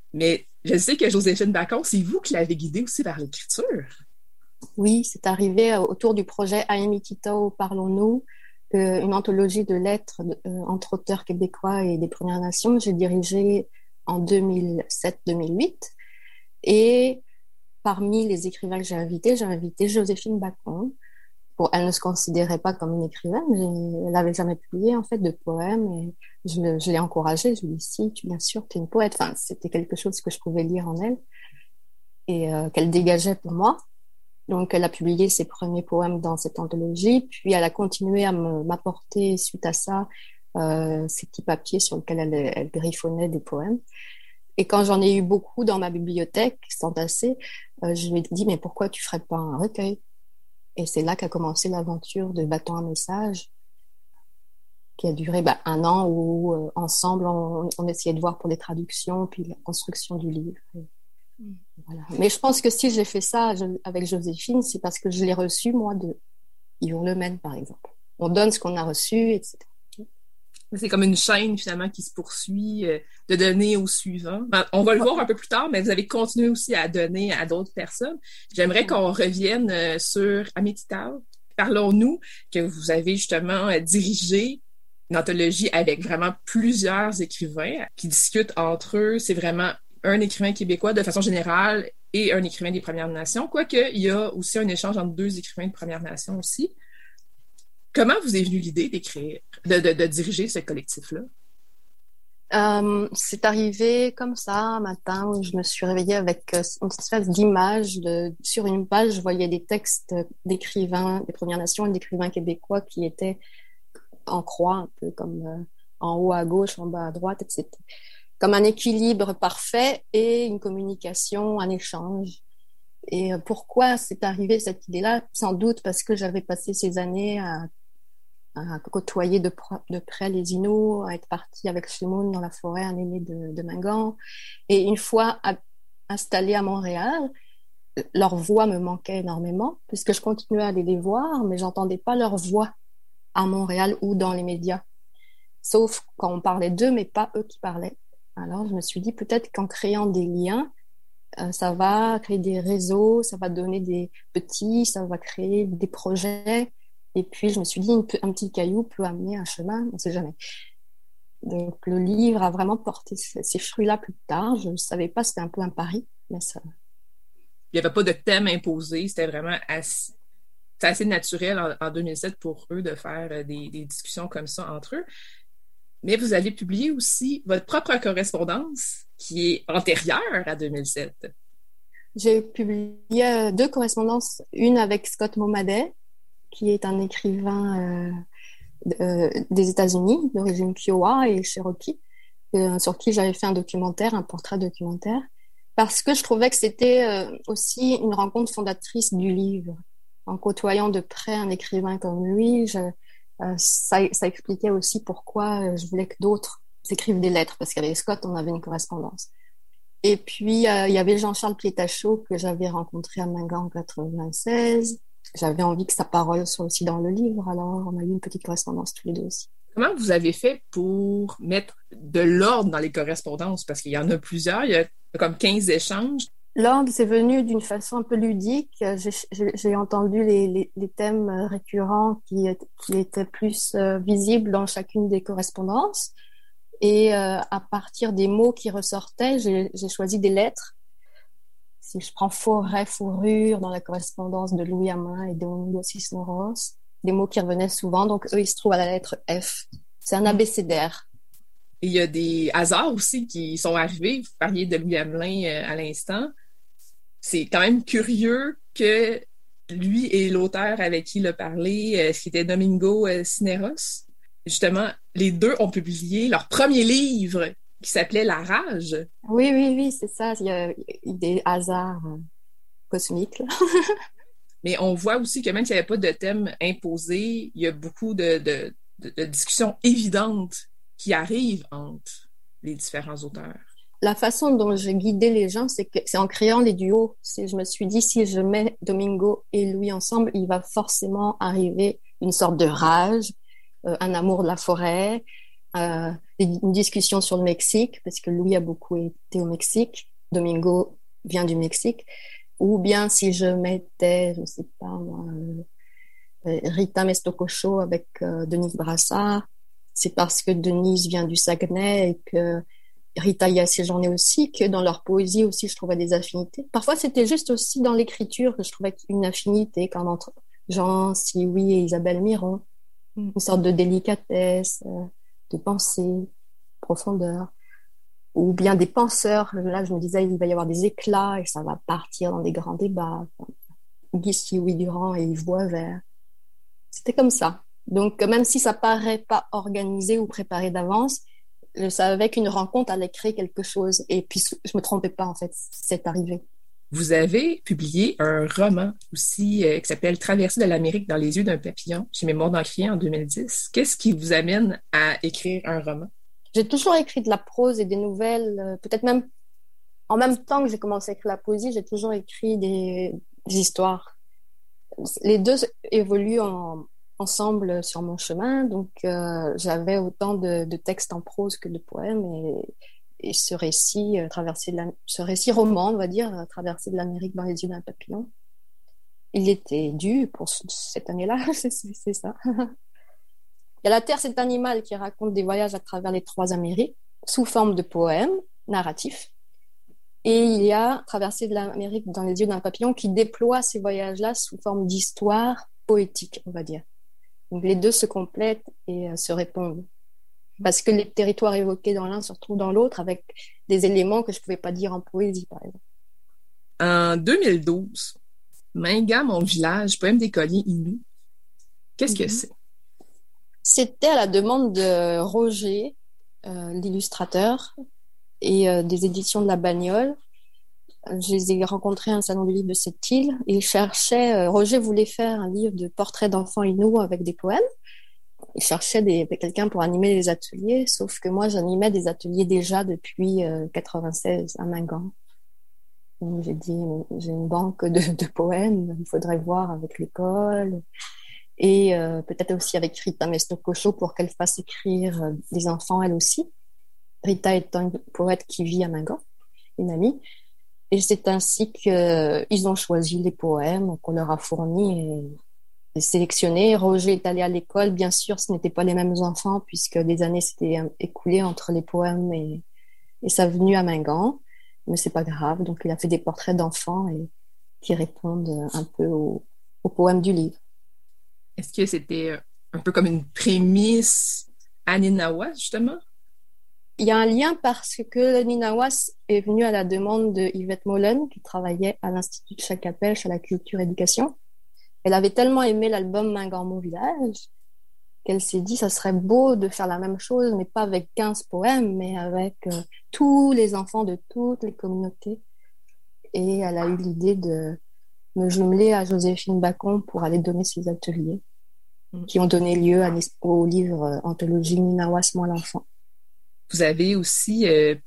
Mais je sais que Joséphine Bacon, c'est vous qui l'avez guidée aussi vers l'écriture. Oui, c'est arrivé autour du projet Aemi-Kitao, Parlons-nous, une anthologie de lettres entre auteurs québécois et des Premières Nations. J'ai dirigé en 2007-2008. Et parmi les écrivains que j'ai invité Joséphine Bacon. Bon, elle ne se considérait pas comme une écrivaine, mais elle n'avait jamais publié en fait de poèmes. Et je l'ai encouragée. Je lui ai dit, si, bien sûr, tu es une poète. Enfin, c'était quelque chose que je pouvais lire en elle et qu'elle dégageait pour moi. Donc, elle a publié ses premiers poèmes dans cette anthologie, puis elle a continué à m'apporter, suite à ça, ces petits papiers sur lesquels elle griffonnait des poèmes. Et quand j'en ai eu beaucoup dans ma bibliothèque, s'entasser, je lui ai dit, mais pourquoi tu ferais pas un recueil? Et c'est là qu'a commencé l'aventure de Bâton à message, qui a duré un an où, ensemble, on essayait de voir pour les traductions, puis la construction du livre. Voilà. Mais je pense que si j'ai fait ça avec Joséphine, c'est parce que je l'ai reçu, moi, de Yves Lemaine, par exemple. On donne ce qu'on a reçu, etc. C'est comme une chaîne, finalement, qui se poursuit de donner au suivant. On va le voir un peu plus tard, mais vous avez continué aussi à donner à d'autres personnes. J'aimerais qu'on revienne sur Aemi-Kitao. Parlons-nous, que vous avez justement dirigé une anthologie avec vraiment plusieurs écrivains qui discutent entre eux. C'est vraiment un écrivain québécois de façon générale et un écrivain des Premières Nations, quoique il y a aussi un échange entre deux écrivains de Premières Nations aussi. Comment vous est venue l'idée d'écrire, de diriger ce collectif-là? C'est arrivé comme ça un matin où je me suis réveillée avec une espèce d'image. Sur une page, je voyais des textes d'écrivains des Premières Nations et d'écrivains québécois qui étaient en croix, un peu comme en haut à gauche, en bas à droite, etc. Comme un équilibre parfait et une communication, un échange. Et pourquoi c'est arrivé cette idée-là? Sans doute parce que j'avais passé ces années à côtoyer de près les Inuits, à être partie avec Shimoun dans la forêt, un aîné de Mingan. Et une fois installée à Montréal, leur voix me manquait énormément, puisque je continuais à aller les voir, mais j'entendais pas leur voix à Montréal ou dans les médias. Sauf quand on parlait d'eux, mais pas eux qui parlaient. Alors, je me suis dit, peut-être qu'en créant des liens, ça va créer des réseaux, ça va donner des petits, ça va créer des projets. Et puis, je me suis dit, un petit caillou peut amener un chemin, on ne sait jamais. Donc, le livre a vraiment porté ces fruits-là plus tard. Je ne savais pas, c'était un peu un pari, mais ça... Il n'y avait pas de thème imposé, c'était vraiment assez naturel en 2007 pour eux de faire des discussions comme ça entre eux. Mais vous avez publié aussi votre propre correspondance qui est antérieure à 2007. J'ai publié 2 correspondances, une avec Scott Momaday, qui est un écrivain des États-Unis, d'origine Kiowa et Cherokee, sur qui j'avais fait un portrait documentaire, parce que je trouvais que c'était aussi une rencontre fondatrice du livre. En côtoyant de près un écrivain comme lui, ça expliquait aussi pourquoi je voulais que d'autres écrivent des lettres, parce qu'avec Scott, on avait une correspondance. Et puis, il y avait Jean-Charles Plétachot que j'avais rencontré à Mingan en 96. J'avais envie que sa parole soit aussi dans le livre, alors on a eu une petite correspondance tous les deux aussi. Comment vous avez fait pour mettre de l'ordre dans les correspondances? Parce qu'il y en a plusieurs, il y a comme 15 échanges. L'ordre, c'est venu d'une façon un peu ludique. J'ai entendu les thèmes récurrents qui étaient plus visibles dans chacune des correspondances. Et à partir des mots qui ressortaient, j'ai choisi des lettres. Si je prends forêt, fourrure dans la correspondance de Louis Hamon et Domingo Cisneros, des mots qui revenaient souvent. Donc, eux, ils se trouvent à la lettre F. C'est un abécédaire. Et il y a des hasards aussi qui sont arrivés. Vous parliez de Louis Hamelin à l'instant. C'est quand même curieux que lui et l'auteur avec qui il a parlé, qui était Domingo Cisneros, justement, les deux ont publié leur premier livre qui s'appelait La Rage. Oui, c'est ça. Il y a des hasards cosmiques, là. Mais on voit aussi que même s'il n'y avait pas de thème imposé, il y a beaucoup de discussions évidentes qui arrivent entre les différents auteurs. La façon dont j'ai guidé les gens, c'est en créant les duos. Je me suis dit, si je mets Domingo et Louis ensemble, il va forcément arriver une sorte de rage, un amour de la forêt, une discussion sur le Mexique, parce que Louis a beaucoup été au Mexique, Domingo vient du Mexique, ou bien si je mettais, je ne sais pas moi, Rita Mestococho avec Denise Brassard, c'est parce que Denise vient du Saguenay et que Rita y a séjourné aussi, que dans leur poésie aussi, je trouvais des affinités. Parfois, c'était juste aussi dans l'écriture que je trouvais une affinité, comme entre Jean Sioui et Isabelle Miron, une sorte de délicatesse, de pensée, profondeur, ou bien des penseurs. Là, je me disais, il va y avoir des éclats et ça va partir dans des grands débats. Guy Sioui Durand et Yves Boisvert. C'était comme ça. Donc, même si ça paraît pas organisé ou préparé d'avance, je savais qu'une rencontre allait créer quelque chose. Et puis, je me trompais pas, en fait. C'est arrivé. Vous avez publié un roman aussi qui s'appelle Traversée de l'Amérique dans les yeux d'un papillon chez Mémoire d'Encrier en 2010. Qu'est-ce qui vous amène à écrire un roman? J'ai toujours écrit de la prose et des nouvelles, peut-être même en même temps que j'ai commencé à écrire la poésie, j'ai toujours écrit des histoires. Les deux évoluent ensemble sur mon chemin, donc j'avais autant de textes en prose que de poèmes et ce récit ce récit roman, on va dire, Traversée de l'Amérique dans les yeux d'un papillon, il était dû pour cette année-là, c'est ça. Il y a La Terre, cet animal qui raconte des voyages à travers les 3 Amériques sous forme de poèmes narratifs. Et il y a Traversée de l'Amérique dans les yeux d'un papillon qui déploie ces voyages-là sous forme d'histoire poétique, on va dire. Donc les deux se complètent et se répondent. Parce que les territoires évoqués dans l'un se retrouvent dans l'autre avec des éléments que je ne pouvais pas dire en poésie, par exemple. En 2012, Minga, mon village, poème d'écolier Innu. Qu'est-ce que c'est? C'était à la demande de Roger, l'illustrateur, et des éditions de La Bagnole. Je les ai rencontrés à un salon du livre de cette île. Roger voulait faire un livre de portraits d'enfants inuits avec des poèmes. Il cherchait quelqu'un pour animer les ateliers, sauf que moi, j'animais des ateliers déjà depuis 96 à Mingan. Donc, j'ai dit, j'ai une banque de poèmes, il faudrait voir avec l'école. Et peut-être aussi avec Rita Mestococho pour qu'elle fasse écrire des enfants elle aussi. Rita est une poète qui vit à Mingan, une amie. Et c'est ainsi qu'ils ont choisi les poèmes qu'on leur a fournis et sélectionnés. Roger est allé à l'école. Bien sûr, ce n'étaient pas les mêmes enfants puisque des années s'étaient écoulées entre les poèmes et sa venue à Mingan. Mais c'est pas grave. Donc, il a fait des portraits d'enfants qui répondent un peu aux poèmes du livre. Est-ce que c'était un peu comme une prémisse à Ninawa, justement? Il y a un lien parce que le Ninawas est venu à la demande de Yvette Mollen, qui travaillait à l'Institut de Chacapelle, à la Culture Éducation. Elle avait tellement aimé l'album Mingan, mon village, qu'elle s'est dit, ça serait beau de faire la même chose, mais pas avec 15 poèmes, mais avec tous les enfants de toutes les communautés. Et elle a eu l'idée de me jumeler à Joséphine Bacon pour aller donner ses ateliers, qui ont donné lieu au livre anthologie Ninawas, moi l'enfant. Vous avez aussi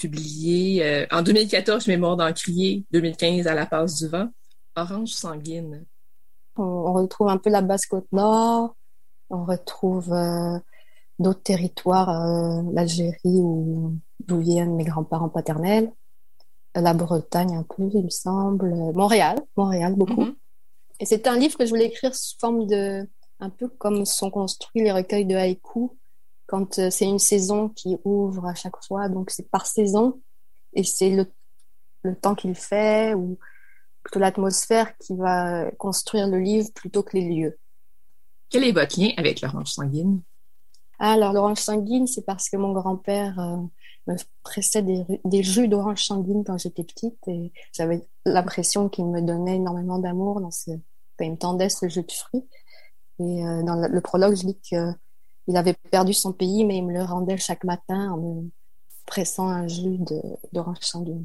publié en 2014 Mémoire d'Encrier, 2015 à la Passe du Vent, Orange sanguine. On retrouve un peu la Basse-Côte-Nord, on retrouve d'autres territoires, l'Algérie d'où viennent mes grands-parents paternels, la Bretagne un peu, il me semble, Montréal beaucoup. Et c'est un livre que je voulais écrire sous forme un peu comme sont construits les recueils de haïkus, quand c'est une saison qui ouvre à chaque fois, donc c'est par saison, et c'est le temps qu'il fait, ou plutôt l'atmosphère qui va construire le livre plutôt que les lieux. Quel est votre lien avec l'orange sanguine? Alors, l'orange sanguine, c'est parce que mon grand-père me pressait des jus d'orange sanguine quand j'étais petite, et j'avais l'impression qu'il me donnait énormément d'amour quand il me tendait ce jus de fruits. Et dans le prologue, je dis qu'il avait perdu son pays, mais il me le rendait chaque matin en me pressant un jus d'orange sanguine.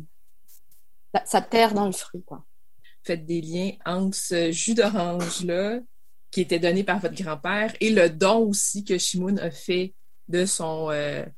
Ça terre dans le fruit, quoi. Faites des liens entre ce jus d'orange-là, qui était donné par votre grand-père, et le don aussi que Chimoun a fait de son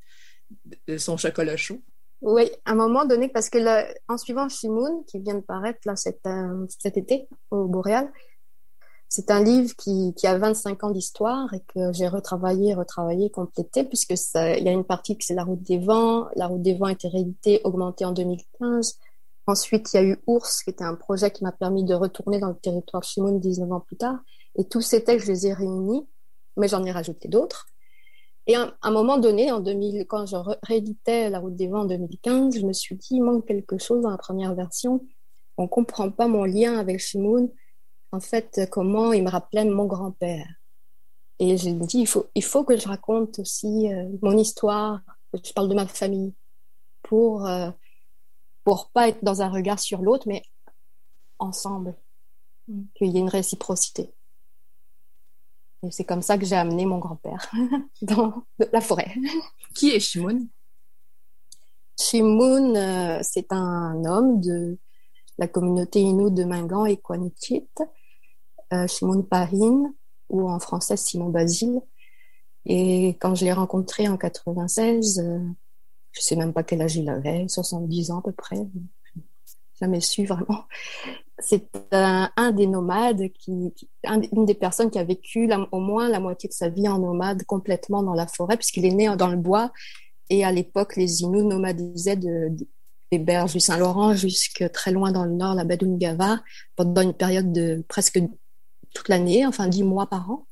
chocolat chaud. Oui, à un moment donné, parce que en suivant Chimoun, qui vient de paraître là cet été au Boréal, C'est un livre qui a 25 ans d'histoire et que j'ai retravaillé, complété, puisque il y a une partie que c'est La Route des Vents. La Route des Vents a été rééditée, augmentée en 2015. Ensuite, il y a eu Ours, qui était un projet qui m'a permis de retourner dans le territoire Chimoun 19 ans plus tard. Et tous ces textes, je les ai réunis, mais j'en ai rajouté d'autres. Et à un moment donné, quand je rééditais La Route des Vents en 2015, je me suis dit, il manque quelque chose dans la première version. On ne comprend pas mon lien avec Chimoun. En fait, comment il me rappelait mon grand-père. Et j'ai dit, il faut que je raconte aussi mon histoire, que je parle de ma famille, pour pas être dans un regard sur l'autre, mais ensemble, qu'il y ait une réciprocité. Et c'est comme ça que j'ai amené mon grand-père dans la forêt. Qui est Chimoun? Chimoun, c'est un homme de la communauté Innu de Mingan et Quanichit, Chimoun Pahin, ou en français Simon Basile. Et quand je l'ai rencontré en 96, je sais même pas quel âge il avait, 70 ans à peu près. Jamais su vraiment. C'est un des nomades, une des personnes qui a vécu au moins la moitié de sa vie en nomade complètement dans la forêt, puisqu'il est né dans le bois. Et à l'époque, les Inuits nomadisaient des berges du Saint-Laurent jusque très loin dans le nord, la baie d'Ungava, pendant une période de presque toute l'année, enfin 10 mois par an.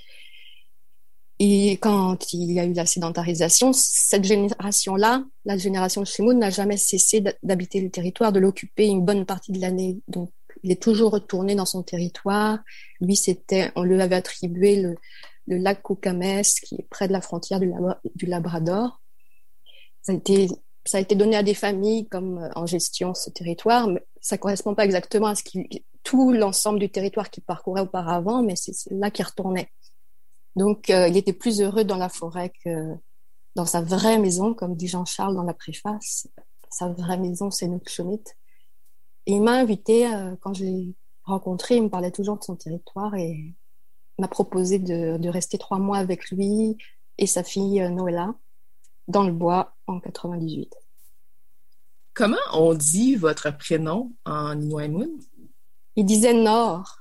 Et quand il y a eu la sédentarisation, cette génération-là, la génération de Chimoun, n'a jamais cessé d'habiter le territoire, de l'occuper une bonne partie de l'année. Donc, il est toujours retourné dans son territoire. Lui, on lui avait attribué le lac Koukames, qui est près de la frontière du Labrador. Ça a été donné à des familles comme en gestion ce territoire, mais ça correspond pas exactement à tout l'ensemble du territoire qu'il parcourait auparavant, mais c'est là qu'il retournait. Donc, il était plus heureux dans la forêt que dans sa vraie maison, comme dit Jean-Charles dans la préface. Sa vraie maison, c'est Nukshomit. Et il m'a invité, quand je l'ai rencontré, il me parlait toujours de son territoire et m'a proposé de rester 3 mois avec lui et sa fille Noëlla dans le bois en 98. Comment on dit votre prénom en Inuaimun? Il disait Nord.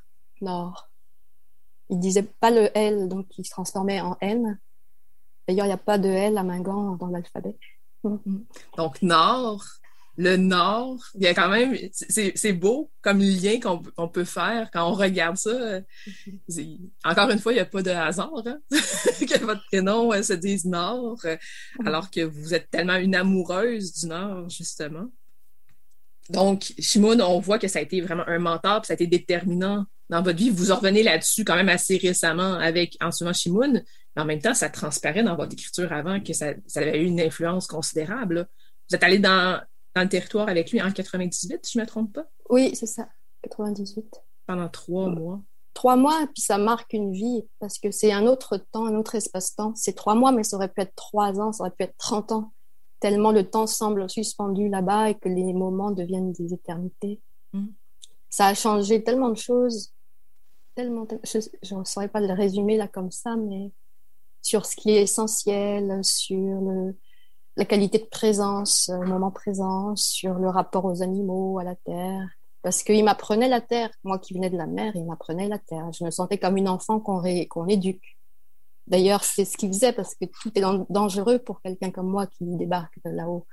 Il disait pas le L, donc il se transformait en N. D'ailleurs, il n'y a pas de L à Mingan dans l'alphabet. Donc, Nord, le Nord, il y a quand même, c'est beau comme lien qu'on peut faire quand on regarde ça. Encore une fois, il n'y a pas de hasard, hein? Que votre prénom se dise Nord, alors que vous êtes tellement une amoureuse du Nord, justement. Donc, Chimoun, on voit que ça a été vraiment un mentor, puis ça a été déterminant dans votre vie. Vous en revenez là-dessus quand même assez récemment en suivant Chimoun, mais en même temps, ça transparaît dans votre écriture avant que ça avait eu une influence considérable, là. Vous êtes allé dans le territoire avec lui en 98, si je ne me trompe pas? Oui, c'est ça, 98. Pendant 3 mois. 3 mois, puis ça marque une vie, parce que c'est un autre temps, un autre espace-temps. C'est 3 mois, mais ça aurait pu être 3 ans, ça aurait pu être 30 ans. Tellement le temps semble suspendu là-bas et que les moments deviennent des éternités. Ça a changé tellement de choses, tellement je ne saurais pas le résumer là comme ça, mais sur ce qui est essentiel, sur la qualité de présence, le moment présent, sur le rapport aux animaux, à la terre. Parce qu'il m'apprenait la terre. Moi qui venais de la mer, il m'apprenait la terre. Je me sentais comme une enfant qu'on éduque. D'ailleurs, c'est ce qu'il faisait parce que tout est dangereux pour quelqu'un comme moi qui débarque de là-haut.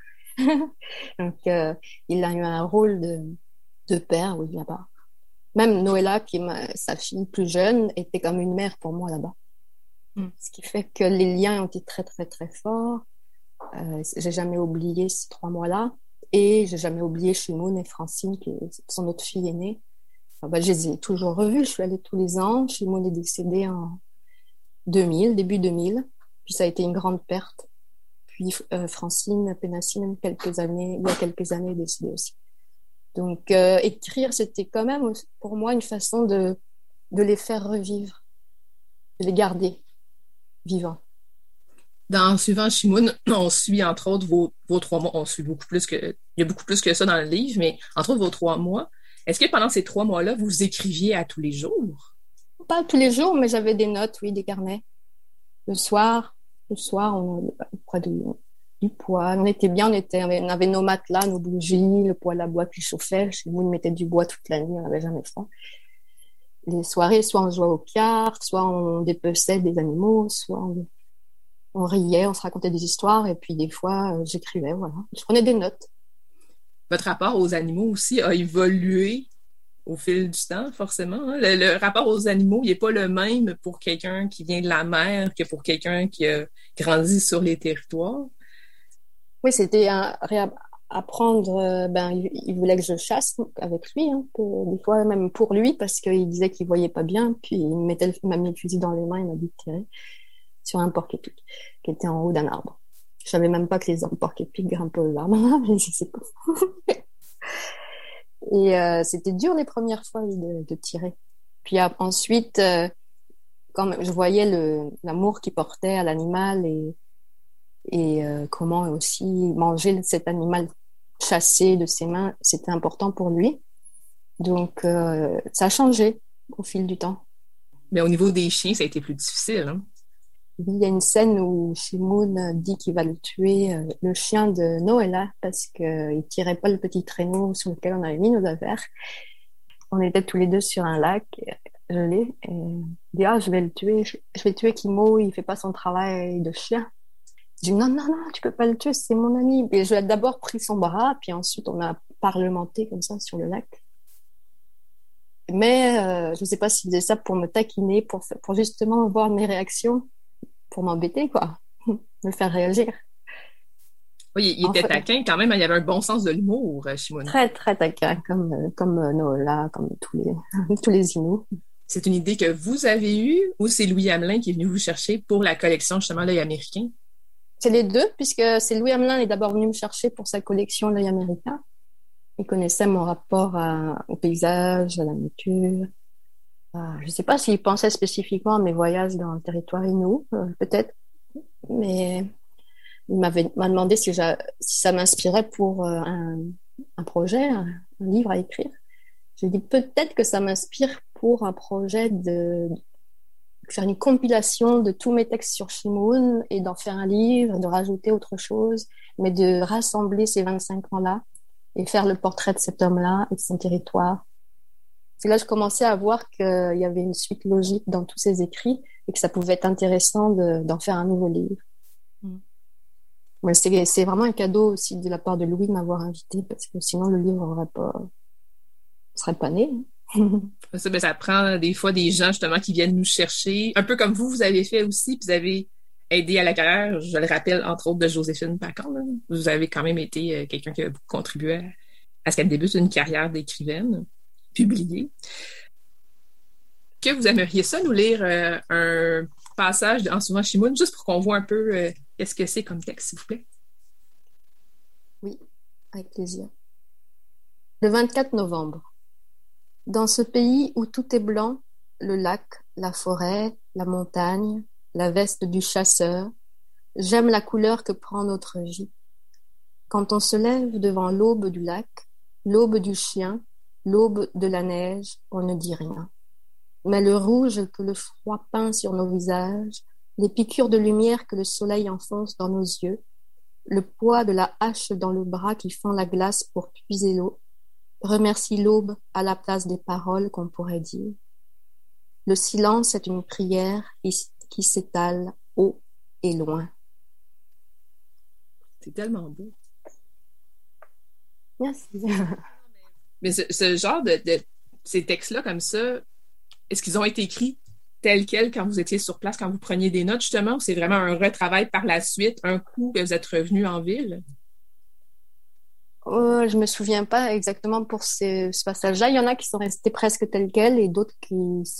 Donc, il a eu un rôle de père, oui, là-bas. Même Noëlla, qui est sa fille plus jeune, était comme une mère pour moi là-bas. Ce qui fait que les liens ont été très, très, très forts. J'ai jamais oublié ces 3 mois-là. Et j'ai jamais oublié Chimoun et Francine, qui est son autre fille aînée. Je les ai toujours revus. Je suis allée tous les ans. Chimoun est décédé en 2000, début 2000. Puis ça a été une grande perte. Puis Francine Pénassine, il y a quelques années, est décédée aussi. Donc écrire, c'était quand même pour moi une façon de les faire revivre, de les garder vivants. Dans Suivant Chimoun, on suit entre autres vos 3 mois. On suit beaucoup plus il y a beaucoup plus que ça dans le livre, mais entre autres vos 3 mois. Est-ce que pendant ces 3 mois-là, vous écriviez à tous les jours? Pas tous les jours, mais j'avais des notes, oui, des carnets. Le soir, on près du poêle. On était bien, on avait nos matelas, nos bougies, le poêle à bois qui chauffait. Chez nous, on mettait du bois toute la nuit, on n'avait jamais froid. les soirées, soit on jouait aux cartes, soit on dépeçait des animaux, soit on riait, on se racontait des histoires, et puis des fois, j'écrivais, voilà. Je prenais des notes. Votre rapport aux animaux aussi a évolué au fil du temps, forcément. Hein? Le rapport aux animaux, il n'est pas le même pour quelqu'un qui vient de la mer que pour quelqu'un qui a grandi sur les territoires. Oui, c'était apprendre. Il voulait que je chasse avec lui, hein, des fois même pour lui, parce qu'il disait qu'il voyait pas bien. Puis il m'a mis le fusil dans les mains, il m'a dit de tirer sur un porc-épic qui était en haut d'un arbre. Je savais même pas que les porc-épics grimpaient aux arbres, mais c'est pas. Et c'était dur les premières fois de tirer. Puis ensuite, quand je voyais l'amour qu'il portait à l'animal et comment aussi manger cet animal chassé de ses mains, c'était important pour lui. Donc, ça a changé au fil du temps. Mais au niveau des chiens, ça a été plus difficile. Hein? Il y a une scène où Shimoun dit qu'il va le tuer, le chien de Noëlla, parce qu'il tirait pas le petit traîneau sur lequel on avait mis nos affaires. On était tous les deux sur un lac gelé, et il dit « je vais le tuer, je vais tuer Kimo, il fait pas son travail de chien. » Je dis « non, tu peux pas le tuer, c'est mon ami. » Et je lui ai d'abord pris son bras, puis ensuite on a parlementé comme ça sur le lac. Mais je sais pas s'il faisait ça pour me taquiner, pour justement voir mes réactions, pour m'embêter, quoi, me faire réagir. Oui, il était taquin quand même, il y avait un bon sens de l'humour, Shimoun. Très, très taquin, comme Noëlla, comme tous les Inuits. C'est une idée que vous avez eue ou c'est Louis Hamelin qui est venu vous chercher pour la collection, justement, L'œil américain? C'est les deux, puisque c'est Louis Hamelin est d'abord venu me chercher pour sa collection L'œil américain. Il connaissait mon rapport au paysage, à la nature. Je ne sais pas s'il pensait spécifiquement à mes voyages dans le territoire Inuit, peut-être, mais il m'a demandé si ça m'inspirait pour un projet, un livre à écrire. Je lui ai dit peut-être que ça m'inspire pour un projet de faire une compilation de tous mes textes sur Shimoun et d'en faire un livre, de rajouter autre chose, mais de rassembler ces 25 ans-là et faire le portrait de cet homme-là et de son territoire. Et là, je commençais à voir qu'il y avait une suite logique dans tous ces écrits et que ça pouvait être intéressant d'en faire un nouveau livre. Mais c'est vraiment un cadeau aussi de la part de Louis de m'avoir invité, parce que sinon le livre serait pas né. Ça prend des fois des gens justement qui viennent nous chercher, un peu comme vous avez fait aussi, puis vous avez aidé à la carrière, je le rappelle, entre autres de Joséphine Bacon. Là. Vous avez quand même été quelqu'un qui a beaucoup contribué à ce qu'elle débute une carrière d'écrivaine publiée. Que vous aimeriez ça nous lire un passage en souvent Shimoun, juste pour qu'on voit un peu qu'est-ce que c'est comme texte, s'il vous plaît? Oui, avec plaisir. Le 24 novembre. Dans ce pays où tout est blanc, le lac, la forêt, la montagne, la veste du chasseur, j'aime la couleur que prend notre vie. Quand on se lève devant l'aube du lac, l'aube du chien, l'aube de la neige, on ne dit rien. Mais le rouge que le froid peint sur nos visages, les piqûres de lumière que le soleil enfonce dans nos yeux, le poids de la hache dans le bras qui fend la glace pour puiser l'eau, remercie l'aube à la place des paroles qu'on pourrait dire. Le silence est une prière qui s'étale haut et loin. C'est tellement beau. Merci. Mais ce genre de ces textes-là comme ça, est-ce qu'ils ont été écrits tels quels quand vous étiez sur place, quand vous preniez des notes justement, ou c'est vraiment un retravail par la suite, un coup que vous êtes revenu en ville? Je me souviens pas exactement pour ce passage-là. Il y en a qui sont restés presque tels quels et d'autres qui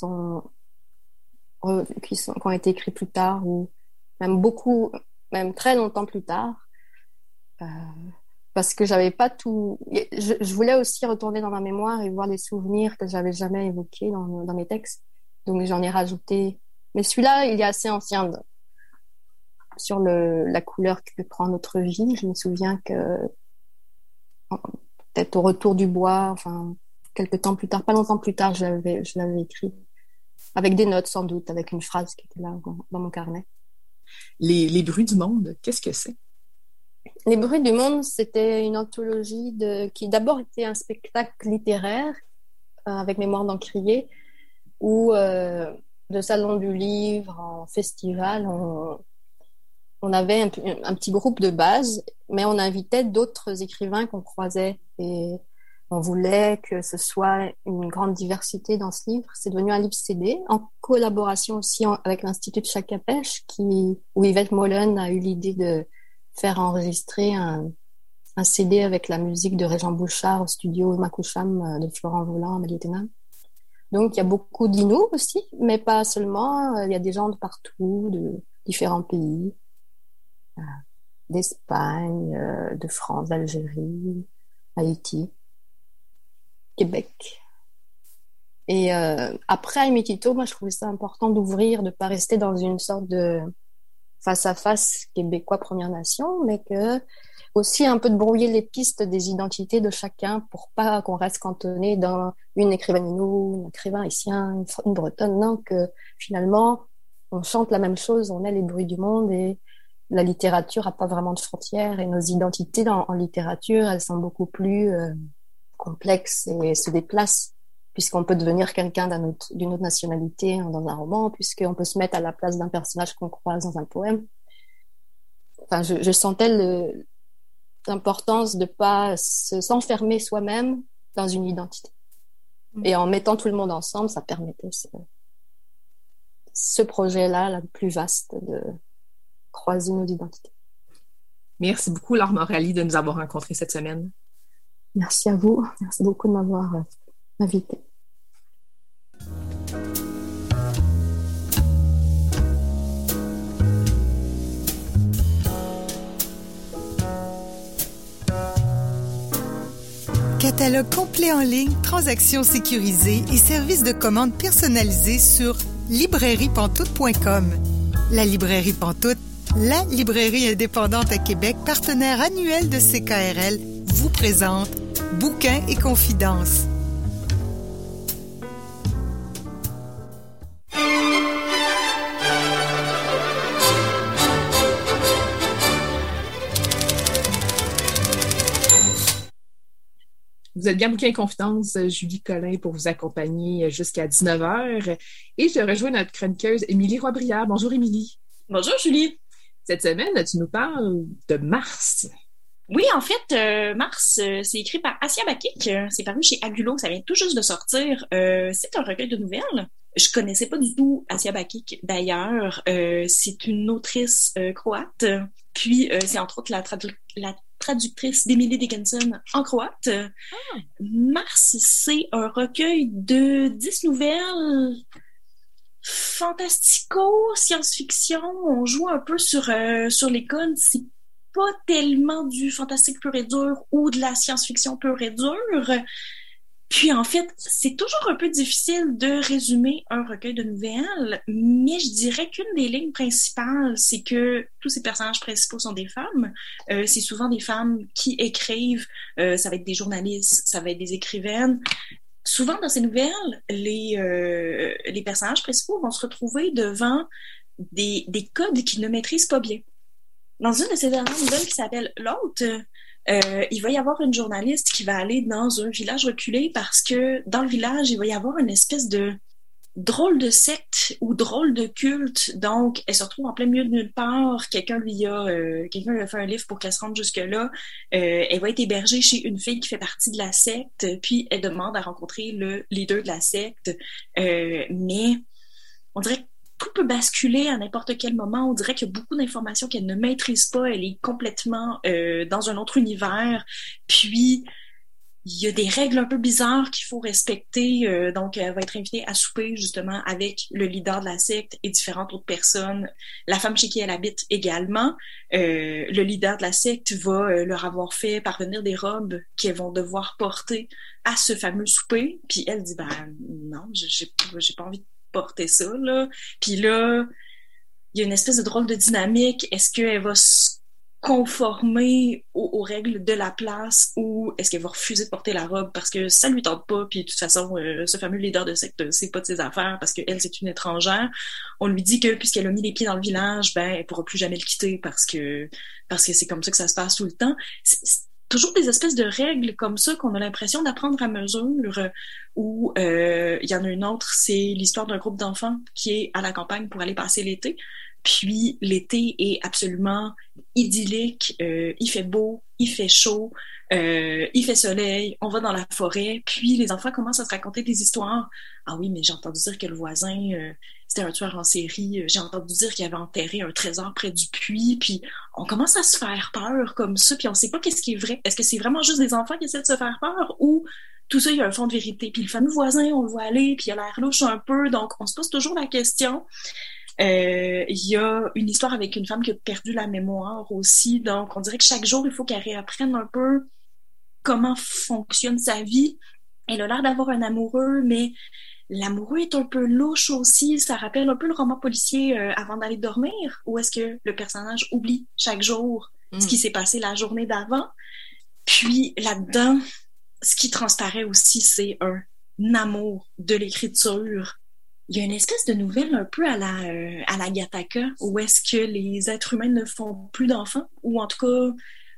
ont été écrits plus tard ou même très longtemps plus tard. Parce que j'avais pas tout. Je voulais aussi retourner dans ma mémoire et voir les souvenirs que j'avais jamais évoqués dans mes textes. Donc j'en ai rajouté. Mais celui-là, il est assez ancien. Sur la couleur que prend notre vie, je me souviens que peut-être au retour du bois, enfin quelques temps plus tard, pas longtemps plus tard, je l'avais écrit avec des notes sans doute, avec une phrase qui était là dans mon carnet. Les bruits du monde, qu'est-ce que c'est? Les bruits du monde, c'était une anthologie qui d'abord était un spectacle littéraire avec Mémoire d'Encrier, ou de salon du livre, en festival, on avait un petit groupe de base, mais on invitait d'autres écrivains qu'on croisait. Et on voulait que ce soit une grande diversité dans ce livre. C'est devenu un livre CD, en collaboration aussi avec l'Institut de Chacapèche, où Yvette Mollen a eu l'idée de faire enregistrer un CD avec la musique de Régent Bouchard au studio Makoucham de Florent Volant à Malietenam. Donc, il y a beaucoup d'Inuits aussi, mais pas seulement. Il y a des gens de partout, de différents pays, d'Espagne, de France, d'Algérie, Haïti, Québec. Et après Aimé-Tito, moi, je trouvais ça important d'ouvrir, de ne pas rester dans une sorte de face-à-face québécois Première Nation, mais que aussi un peu de brouiller les pistes des identités de chacun pour pas qu'on reste cantonné dans une écrivaine Inou, un écrivain haïtien, une bretonne. Non, que finalement, on chante la même chose, on est les bruits du monde et la littérature a pas vraiment de frontières et nos identités en littérature, elles sont beaucoup plus complexes et se déplacent puisqu'on peut devenir quelqu'un d'une autre nationalité dans un roman, puisqu'on peut se mettre à la place d'un personnage qu'on croise dans un poème. Enfin, je sentais l'importance de pas s'enfermer soi-même dans une identité. Et en mettant tout le monde ensemble, ça permettait ce projet-là, le plus vaste, de croiser nos identités. Merci beaucoup, Laure Morali, de nous avoir rencontrés cette semaine. Merci à vous. Merci beaucoup de m'avoir invité. Catalogue complet en ligne, transactions sécurisées et services de commande personnalisés sur librairiepantoute.com. La librairie Pantoute, la librairie indépendante à Québec, partenaire annuel de CKRL, vous présente Bouquins et confidences. Vous êtes bien Bouquins et confidences, Julie Collin pour vous accompagner jusqu'à 19h. Et je rejoins notre chroniqueuse Émilie Roy-Briard. Bonjour Émilie. Bonjour Julie. Cette semaine, tu nous parles de Mars. Oui, en fait, Mars, c'est écrit par Assia Bakik. C'est paru chez Agulo, ça vient tout juste de sortir. C'est un recueil de nouvelles. Je connaissais pas du tout Assia Bakik, d'ailleurs. C'est une autrice croate. Puis, c'est entre autres la traductrice d'Emily Dickinson en croate. Mars, c'est un recueil de 10 nouvelles fantastico, science-fiction. On joue un peu sur les codes. C'est pas tellement du fantastique pur et dur ou de la science-fiction pure et dure. Puis en fait, c'est toujours un peu difficile de résumer un recueil de nouvelles, mais je dirais qu'une des lignes principales, c'est que tous ces personnages principaux sont des femmes. C'est souvent des femmes qui écrivent, ça va être des journalistes, ça va être des écrivaines. Souvent dans ces nouvelles, les personnages principaux vont se retrouver devant des codes qu'ils ne maîtrisent pas bien. Dans une de ces dernières nouvelles qui s'appelle L'Hôte, il va y avoir une journaliste qui va aller dans un village reculé parce que dans le village, il va y avoir une espèce de drôle de secte ou drôle de culte. Donc, elle se retrouve en plein milieu de nulle part. Quelqu'un lui a fait un livre pour qu'elle se rende jusque-là. Elle va être hébergée chez une fille qui fait partie de la secte. Puis, elle demande à rencontrer le leader de la secte. Mais on dirait que tout peut basculer à n'importe quel moment. On dirait qu'il y a beaucoup d'informations qu'elle ne maîtrise pas. Elle est complètement dans un autre univers. Puis, il y a des règles un peu bizarres qu'il faut respecter. Donc, elle va être invitée à souper, justement, avec le leader de la secte et différentes autres personnes. La femme chez qui elle habite également. Le leader de la secte va leur avoir fait parvenir des robes qu'elles vont devoir porter à ce fameux souper. Puis elle dit, non, j'ai pas envie de porter ça, là. Puis là, il y a une espèce de drôle de dynamique. Est-ce qu'elle va se conformer aux règles de la place ou est-ce qu'elle va refuser de porter la robe parce que ça lui tente pas, puis de toute façon, ce fameux leader de secte, c'est pas de ses affaires parce qu'elle, c'est une étrangère. On lui dit que puisqu'elle a mis les pieds dans le village, elle pourra plus jamais le quitter parce que c'est comme ça que ça se passe tout le temps. toujours des espèces de règles comme ça qu'on a l'impression d'apprendre à mesure, où il y en a une autre, c'est l'histoire d'un groupe d'enfants qui est à la campagne pour aller passer l'été. Puis l'été est absolument idyllique, il fait beau, il fait chaud, il fait soleil, on va dans la forêt, puis les enfants commencent à se raconter des histoires. Ah oui, mais j'ai entendu dire que le voisin, c'était un tueur en série, j'ai entendu dire qu'il avait enterré un trésor près du puits, puis on commence à se faire peur comme ça, puis on sait pas qu'est-ce qui est vrai. Est-ce que c'est vraiment juste des enfants qui essaient de se faire peur, ou tout ça, il y a un fond de vérité? Puis le fameux voisin, on le voit aller, puis il a l'air louche un peu, donc on se pose toujours la question. Il y a une histoire avec une femme qui a perdu la mémoire aussi, donc on dirait que chaque jour, il faut qu'elle réapprenne un peu comment fonctionne sa vie. Elle a l'air d'avoir un amoureux, mais l'amoureux est un peu louche aussi. Ça rappelle un peu le roman policier Avant d'aller dormir, où est-ce que le personnage oublie chaque jour ce qui s'est passé la journée d'avant. Puis là-dedans, ce qui transparaît aussi, c'est un amour de l'écriture. Il y a une espèce de nouvelle un peu à la Gattaca, où est-ce que les êtres humains ne font plus d'enfants, ou en tout cas,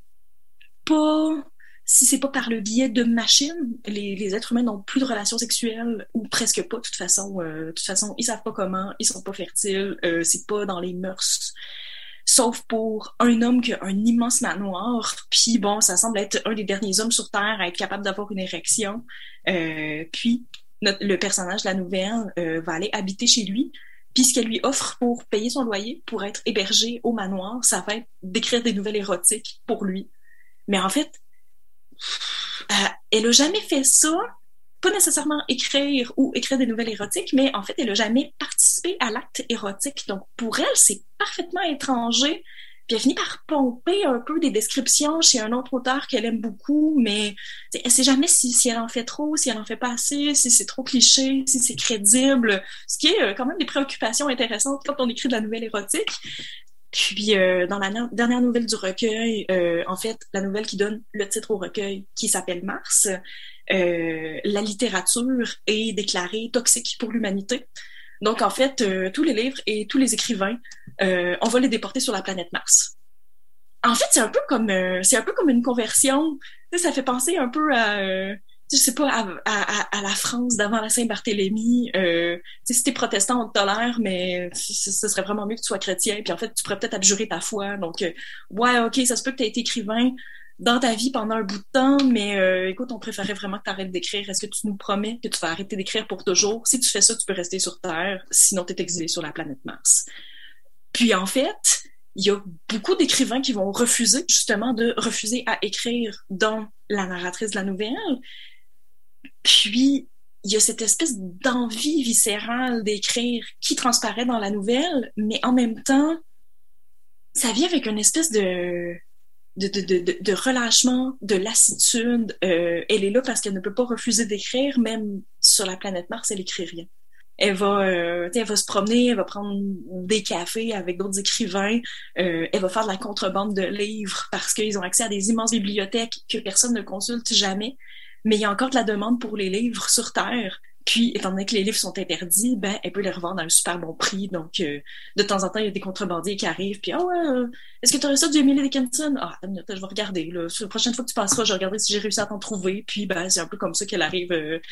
pas, si c'est pas par le biais de machines, les êtres humains n'ont plus de relations sexuelles, ou presque pas, de toute façon, ils savent pas comment, ils sont pas fertiles, c'est pas dans les mœurs. Sauf pour un homme qui a un immense manoir, puis bon, ça semble être un des derniers hommes sur Terre à être capable d'avoir une érection, puis le personnage de la nouvelle va aller habiter chez lui, puis ce qu'elle lui offre pour payer son loyer, pour être hébergé au manoir, ça va être d'écrire des nouvelles érotiques pour lui. Mais en fait, elle a jamais fait ça, pas nécessairement écrire des nouvelles érotiques, mais en fait, elle a jamais participé à l'acte érotique. Donc, pour elle, c'est parfaitement étranger. Puis elle finit par pomper un peu des descriptions chez un autre auteur qu'elle aime beaucoup, mais elle sait jamais si elle en fait trop, si elle en fait pas assez, si c'est trop cliché, si c'est crédible, ce qui est quand même des préoccupations intéressantes quand on écrit de la nouvelle érotique. Puis dans la dernière nouvelle du recueil, en fait, la nouvelle qui donne le titre au recueil, qui s'appelle Mars, la littérature est déclarée toxique pour l'humanité. Donc, en fait, tous les livres et tous les écrivains, on va les déporter sur la planète Mars. En fait, c'est un peu comme une conversion. Tu sais, ça fait penser un peu à, je sais pas, à la France d'avant la Saint-Barthélemy. Tu sais, si t'es protestant, on te tolère, mais ce serait vraiment mieux que tu sois chrétien. Puis en fait, tu pourrais peut-être abjurer ta foi. Donc, ouais, ok, ça se peut que t'aies été écrivain dans ta vie pendant un bout de temps, mais écoute, on préférait vraiment que tu arrêtes d'écrire. Est-ce que tu nous promets que tu vas arrêter d'écrire pour toujours? Si tu fais ça, tu peux rester sur Terre, sinon tu es exilé sur la planète Mars. Puis en fait, il y a beaucoup d'écrivains qui vont refuser à écrire, dont la narratrice de la nouvelle. Puis il y a cette espèce d'envie viscérale d'écrire qui transparaît dans la nouvelle, mais en même temps, ça vient avec une espèce de relâchement, de lassitude. Elle est là parce qu'elle ne peut pas refuser d'écrire, même sur la planète Mars, elle écrit rien. Elle va se promener, elle va prendre des cafés avec d'autres écrivains, elle va faire de la contrebande de livres parce qu'ils ont accès à des immenses bibliothèques que personne ne consulte jamais, mais il y a encore de la demande pour les livres sur Terre. Puis, étant donné que les livres sont interdits, ben, elle peut les revendre à un super bon prix. Donc, de temps en temps, il y a des contrebandiers qui arrivent. Puis, est-ce que tu aurais ça du Emily Dickinson? Ah, attends une minute, je vais regarder. Là. La prochaine fois que tu passeras, je vais regarder si j'ai réussi à t'en trouver. Puis, ben, c'est un peu comme ça qu'elle arrive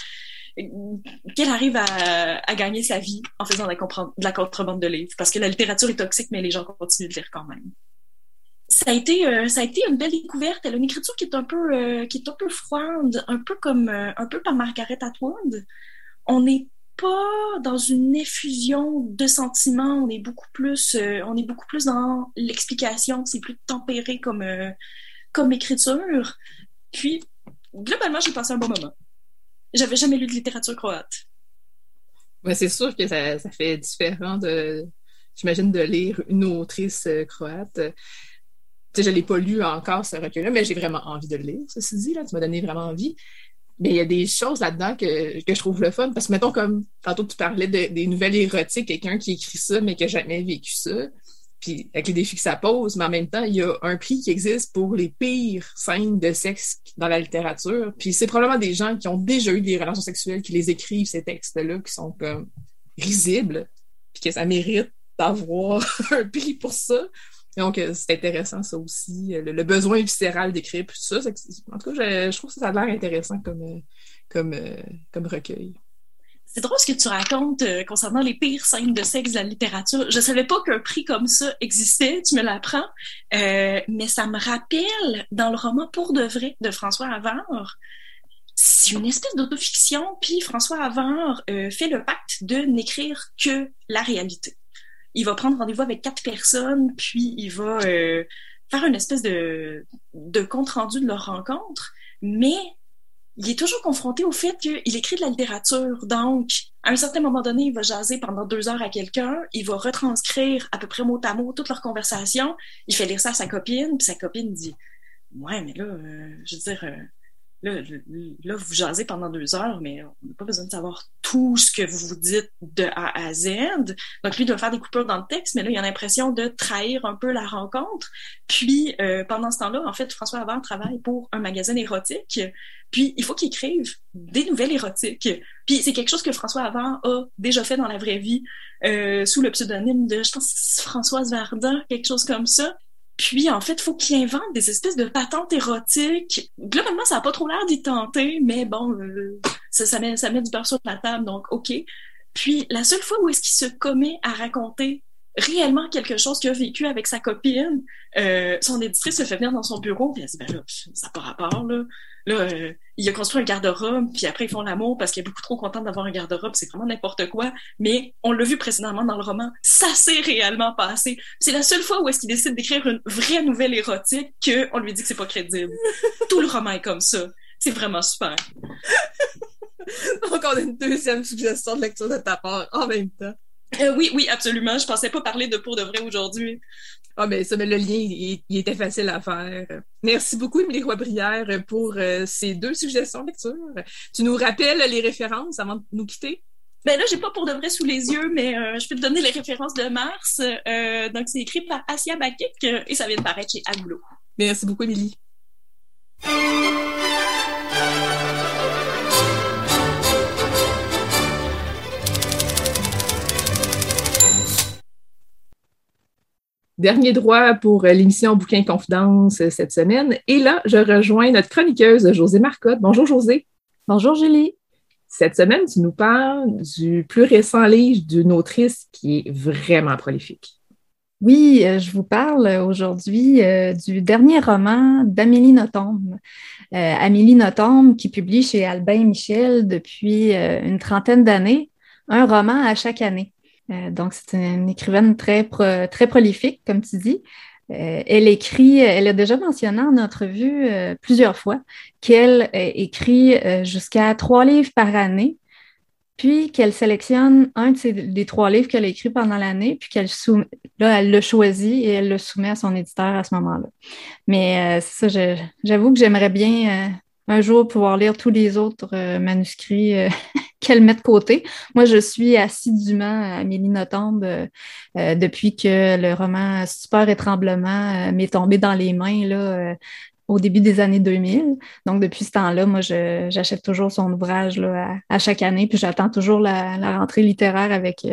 à gagner sa vie en faisant de la contrebande de livres. Parce que la littérature est toxique, mais les gens continuent de lire quand même. Ça a été une belle découverte. Elle a une écriture qui est un peu froide, un peu par Margaret Atwood. On n'est pas dans une effusion de sentiments, on est beaucoup plus dans l'explication, c'est plus tempéré comme écriture. Puis, globalement, j'ai passé un bon moment. J'avais jamais lu de littérature croate. Ouais, c'est sûr que ça fait différent j'imagine, de lire une autrice croate. Tu sais, je l'ai pas lu encore, ce recueil-là, mais j'ai vraiment envie de le lire, ceci dit, là, tu m'as donné vraiment envie. Mais il y a des choses là-dedans que je trouve le fun, parce que mettons, comme tantôt tu parlais des nouvelles érotiques, quelqu'un qui écrit ça, mais qui n'a jamais vécu ça, puis avec les défis que ça pose, mais en même temps, il y a un prix qui existe pour les pires scènes de sexe dans la littérature, puis c'est probablement des gens qui ont déjà eu des relations sexuelles qui les écrivent, ces textes-là, qui sont comme risibles, puis que ça mérite d'avoir un prix pour ça. Donc, c'est intéressant, ça aussi, le besoin viscéral d'écrire, puis tout ça. En tout cas, je trouve que ça a l'air intéressant comme recueil. C'est drôle ce que tu racontes concernant les pires scènes de sexe de la littérature. Je savais pas qu'un prix comme ça existait, tu me l'apprends, mais ça me rappelle, dans le roman Pour de vrai de François Havard, c'est une espèce d'autofiction, puis François Havard fait le pacte de n'écrire que la réalité. Il va prendre rendez-vous avec 4 personnes, puis il va faire une espèce de compte-rendu de leur rencontre, mais il est toujours confronté au fait qu'il écrit de la littérature. Donc, à un certain moment donné, il va jaser pendant 2 heures à quelqu'un, il va retranscrire à peu près mot à mot toute leur conversation, il fait lire ça à sa copine, puis sa copine dit « Ouais, mais là, je veux dire... Là, vous jasez pendant 2 heures, mais on n'a pas besoin de savoir tout ce que vous vous dites de A à Z. » Donc, lui, il doit faire des coupures dans le texte, mais là, il a l'impression de trahir un peu la rencontre. Puis, pendant ce temps-là, en fait, François Havard travaille pour un magazine érotique, puis il faut qu'il écrive des nouvelles érotiques. Puis, c'est quelque chose que François Havard a déjà fait dans la vraie vie, sous le pseudonyme de, je pense, Françoise Verdun, quelque chose comme ça. Puis, en fait, il faut qu'il invente des espèces de patentes érotiques. Globalement, ça n'a pas trop l'air d'y tenter, mais bon, ça met du beurre sur la table, donc OK. Puis, la seule fois où est-ce qu'il se commet à raconter réellement quelque chose qu'il a vécu avec sa copine, son éditrice se fait venir dans son bureau, puis elle dit « Ben là, ça n'a pas rapport, là. Là, il a construit un garde-robe, puis après, ils font l'amour parce qu'il est beaucoup trop content d'avoir un garde-robe. C'est vraiment n'importe quoi. Mais on l'a vu précédemment dans le roman. Ça s'est réellement passé. C'est la seule fois où est-ce qu'il décide d'écrire une vraie nouvelle érotique qu'on lui dit que c'est pas crédible. Tout le roman est comme ça. C'est vraiment super. Donc, on a une deuxième suggestion de lecture de ta part en même temps. Oui, absolument. Je pensais pas parler de Pour de vrai aujourd'hui. Ah, mais ça, mais le lien, il était facile à faire. Merci beaucoup, Émilie Roy-Brière, pour ces 2 suggestions de lecture. Tu nous rappelles les références avant de nous quitter? Ben là, j'ai pas Pour de vrai sous les yeux, mais je peux te donner les références de mars. Donc, c'est écrit par Assia Bakik et ça vient de paraître chez Aglo. Merci beaucoup, Émilie. Dernier droit pour l'émission Bouquin Confidence cette semaine. Et là, je rejoins notre chroniqueuse Josée Marcotte. Bonjour Josée. Bonjour Julie. Cette semaine, tu nous parles du plus récent livre d'une autrice qui est vraiment prolifique. Oui, je vous parle aujourd'hui du dernier roman d'Amélie Nothomb. Amélie Nothomb qui publie chez Albin Michel depuis une trentaine d'années, un roman à chaque année. Donc, c'est une écrivaine très prolifique, comme tu dis. Elle a déjà mentionné en entrevue plusieurs fois qu'elle écrit jusqu'à 3 livres par année, puis qu'elle sélectionne un des 3 livres qu'elle a écrits pendant l'année, puis elle le choisit et elle le soumet à son éditeur à ce moment-là. Mais c'est ça, j'avoue que j'aimerais bien un jour pouvoir lire tous les autres manuscrits qu'elle met de côté. Moi, je suis assidûment Amélie Nothomb depuis que le roman Stupeur et tremblement m'est tombé dans les mains là, au début des années 2000. Donc, depuis ce temps-là, moi, j'achète toujours son ouvrage là, à chaque année, puis j'attends toujours la rentrée littéraire avec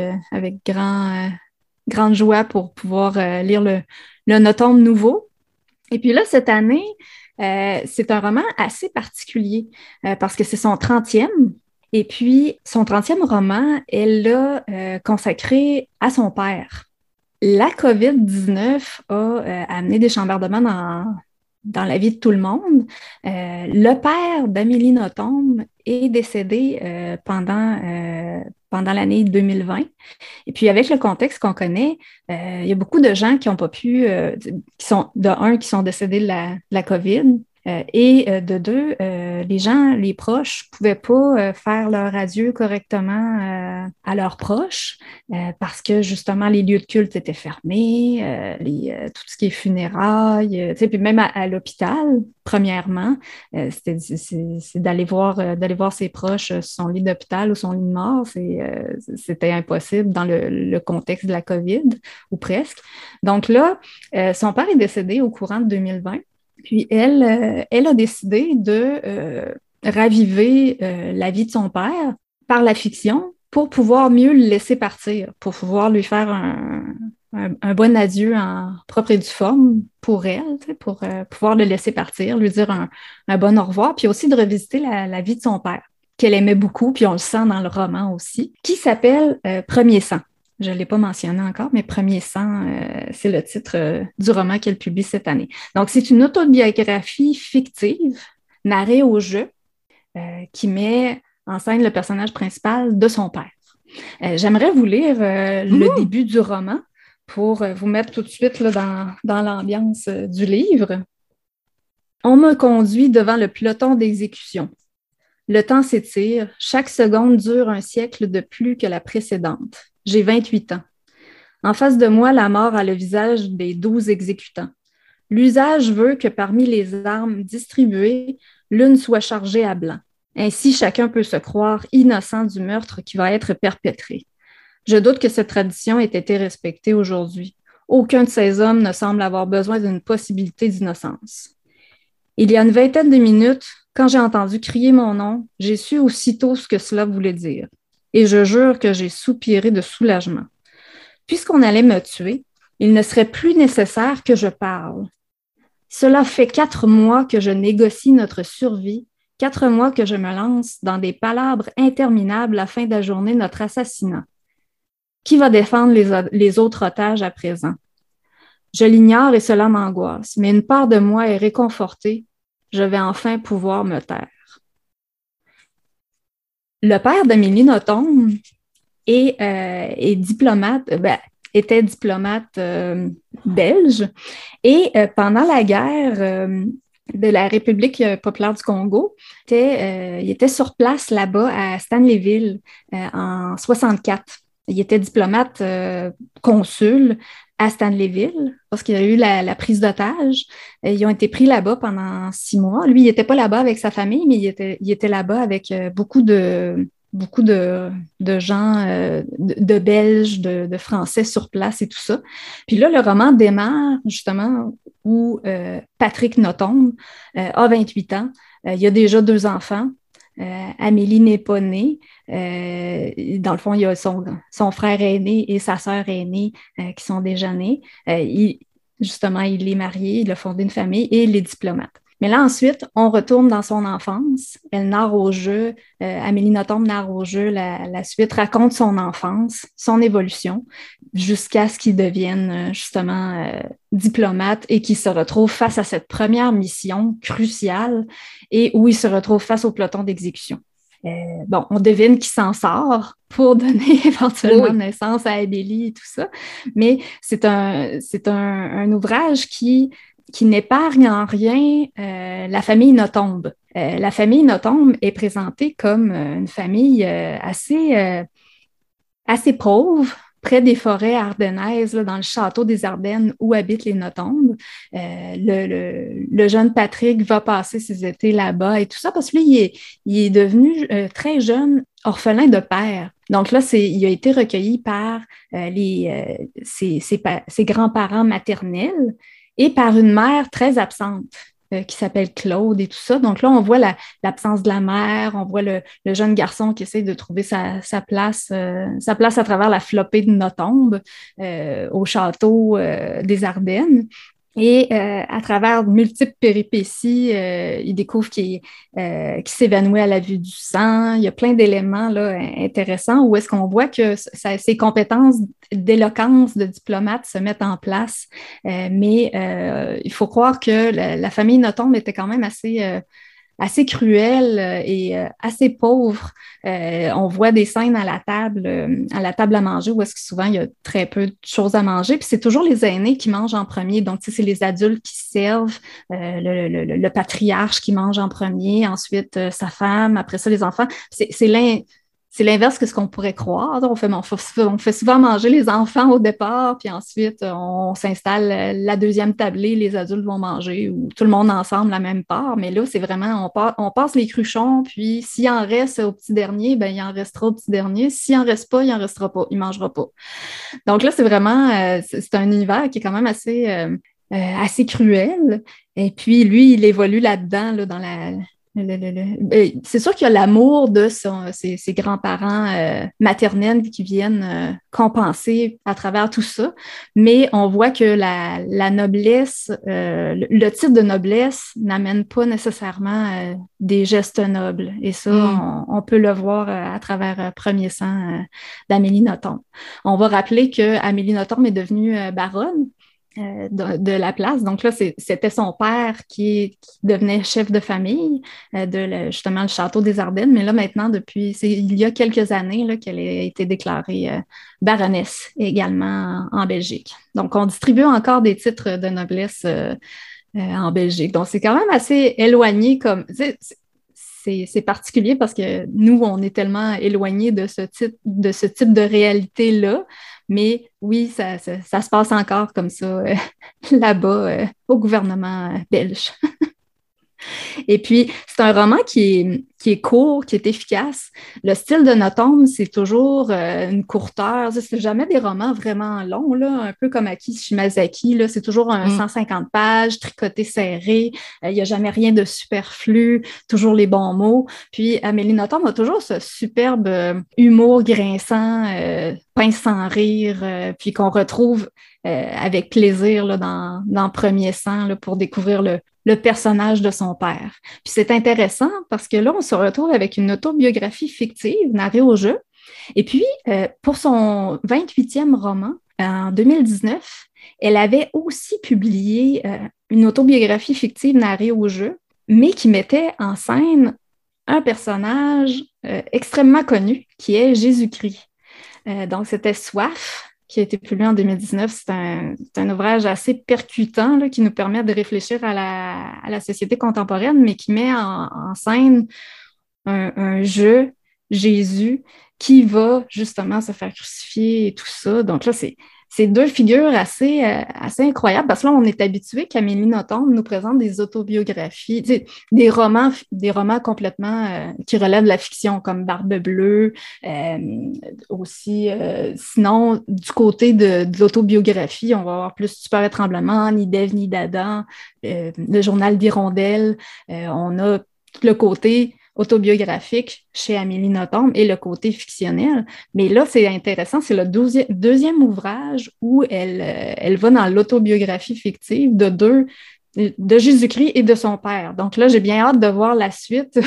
grande joie pour pouvoir lire le Nothomb nouveau. Et puis là, cette année, c'est un roman assez particulier parce que c'est son 30e. Et puis, son 30e roman, elle l'a consacré à son père. La COVID-19 a amené des chambardements dans la vie de tout le monde. Le père d'Amélie Nothomb est décédé pendant l'année 2020. Et puis, avec le contexte qu'on connaît, il y a beaucoup de gens qui n'ont pas pu, qui sont décédés de la COVID. Et de 2, les proches ne pouvaient pas faire leur adieu correctement à leurs proches parce que justement les lieux de culte étaient fermés, tout ce qui est funérailles, puis même à l'hôpital, premièrement, c'est d'aller voir ses proches sur son lit d'hôpital ou son lit de mort, c'était impossible dans le contexte de la COVID, ou presque. Donc là, son père est décédé au courant de 2020. Puis elle a décidé de raviver la vie de son père par la fiction pour pouvoir mieux le laisser partir, pour pouvoir lui faire un bon adieu en propre et due forme pour elle, pour pouvoir le laisser partir, lui dire un bon au revoir, puis aussi de revisiter la vie de son père, qu'elle aimait beaucoup, puis on le sent dans le roman aussi, qui s'appelle Premier sang. Je ne l'ai pas mentionné encore, mais Premier sang, c'est le titre du roman qu'elle publie cette année. Donc, c'est une autobiographie fictive, narrée au jeu, qui met en scène le personnage principal de son père. J'aimerais vous lire le début du roman pour vous mettre tout de suite là, dans l'ambiance du livre. On me conduit devant le peloton d'exécution. Le temps s'étire, chaque seconde dure un siècle de plus que la précédente. J'ai 28 ans. En face de moi, la mort a le visage des 12 exécutants. L'usage veut que parmi les armes distribuées, l'une soit chargée à blanc. Ainsi, chacun peut se croire innocent du meurtre qui va être perpétré. Je doute que cette tradition ait été respectée aujourd'hui. Aucun de ces hommes ne semble avoir besoin d'une possibilité d'innocence. Il y a une vingtaine de minutes, quand j'ai entendu crier mon nom, j'ai su aussitôt ce que cela voulait dire. Et je jure que j'ai soupiré de soulagement. Puisqu'on allait me tuer, il ne serait plus nécessaire que je parle. Cela fait 4 mois que je négocie notre survie, 4 mois que je me lance dans des palabres interminables afin d'ajourner notre assassinat. Qui va défendre les autres otages à présent? Je l'ignore et cela m'angoisse, mais une part de moi est réconfortée. Je vais enfin pouvoir me taire. Le père d'Amélie Nothomb est diplomate, était diplomate belge et pendant la guerre de la République populaire du Congo, il était sur place là-bas à Stanleyville en 1964. Il était diplomate consul à Stanleyville parce qu'il y a eu la prise d'otages. Ils ont été pris là-bas pendant 6 mois. Lui, il n'était pas là-bas avec sa famille, mais il était là-bas avec beaucoup de gens, de Belges, de Français sur place et tout ça. Puis là, le roman démarre justement où Patrick Nothomb a 28 ans. Il a déjà 2 enfants. Amélie n'est pas née. Dans le fond, il y a son frère aîné et sa sœur aînée qui sont déjà nés. Justement, il est marié, il a fondé une famille et il est diplomate. Mais là, ensuite, on retourne dans son enfance. Elle narre au jeu, Amélie Nothomb narre au jeu la suite, raconte son enfance, son évolution, jusqu'à ce qu'il devienne justement diplomate et qu'il se retrouve face à cette première mission cruciale et où il se retrouve face au peloton d'exécution. On devine qu'il s'en sort pour donner éventuellement naissance à Amélie et tout ça, mais c'est un ouvrage qui n'épargne en rien la famille Nothomb. La famille Nothomb est présentée comme une famille assez pauvre, près des forêts ardennaises, là, dans le château des Ardennes où habitent les Nothomb. Le jeune Patrick va passer ses étés là-bas et tout ça parce que lui, il est devenu très jeune orphelin de père. Donc là, il a été recueilli par ses grands-parents maternels et par une mère très absente qui s'appelle Claude et tout ça. Donc là, on voit l'absence de la mère, on voit le jeune garçon qui essaie de trouver sa place à travers la flopée de Nothomb au château des Ardennes. Et à travers multiples péripéties, il découvre qu'il s'évanouit à la vue du sang. Il y a plein d'éléments là, intéressants où est-ce qu'on voit que ses compétences d'éloquence de diplomate se mettent en place. Mais il faut croire que la famille Nothomb était quand même assez cruelle et assez pauvre. On voit des scènes à la table à manger où est-ce que souvent il y a très peu de choses à manger. Puis c'est toujours les aînés qui mangent en premier. Donc, c'est les adultes qui servent, le patriarche qui mange en premier, ensuite sa femme, après ça les enfants. C'est l'inverse que ce qu'on pourrait croire. On fait souvent manger les enfants au départ, puis ensuite, on s'installe la deuxième tablée, les adultes vont manger, ou tout le monde ensemble la même part. Mais là, c'est vraiment, on passe les cruchons, puis s'il en reste au petit dernier, ben il en restera au petit dernier. S'il en reste pas, il en restera pas, il mangera pas. Donc là, c'est vraiment, c'est un univers qui est quand même assez cruel. Et puis, lui, il évolue là-dedans, là, dans C'est sûr qu'il y a l'amour de ses grands-parents maternels qui viennent compenser à travers tout ça, mais on voit que la noblesse, le titre de noblesse n'amène pas nécessairement des gestes nobles. Et ça, on peut le voir à travers Premier sang d'Amélie Nothomb. On va rappeler qu'Amélie Nothomb est devenue baronne de la place. Donc là, c'était son père qui devenait chef de famille justement le château des Ardennes. Mais là, maintenant, il y a quelques années là, qu'elle a été déclarée baronesse également en Belgique. Donc, on distribue encore des titres de noblesse en Belgique. Donc, c'est quand même assez éloigné comme... C'est particulier parce que nous, on est tellement éloignés de ce type de réalité-là. Mais oui, ça se passe encore comme ça là-bas au gouvernement belge. Et puis, c'est un roman qui est court, qui est efficace. Le style de Nothomb, c'est toujours une courteur. C'est jamais des romans vraiment longs, là, un peu comme Aki Shimazaki. Là, c'est toujours 150 pages, tricoté serré. Il n'y a jamais rien de superflu, toujours les bons mots. Puis, Amélie Nothomb a toujours ce superbe humour grinçant, pince sans rire, puis qu'on retrouve avec plaisir là, dans Premier sang là, pour découvrir le personnage de son père. Puis c'est intéressant parce que là, on se retrouve avec une autobiographie fictive narrée au jeu. Et puis, pour son 28e roman, en 2019, elle avait aussi publié une autobiographie fictive narrée au jeu, mais qui mettait en scène un personnage extrêmement connu, qui est Jésus-Christ. Donc, c'était Soif, qui a été publié en 2019. C'est un ouvrage assez percutant là, qui nous permet de réfléchir à la société contemporaine, mais qui met en scène un jeu, Jésus, qui va justement se faire crucifier et tout ça. Donc là, c'est deux figures assez incroyables, parce que là, on est habitué qu'Amélie Nothomb nous présente des autobiographies, des romans complètement qui relèvent de la fiction, comme Barbe Bleue, aussi. Sinon, du côté de l'autobiographie, on va avoir plus Tu parais tremblement, Ni d'Ève ni d'Adam, le journal d'Hirondelle. On a tout le côté autobiographique chez Amélie Nothomb et le côté fictionnel. Mais là, c'est intéressant, c'est le deuxième ouvrage où elle va dans l'autobiographie fictive de Jésus-Christ et de son père. Donc là, j'ai bien hâte de voir la suite,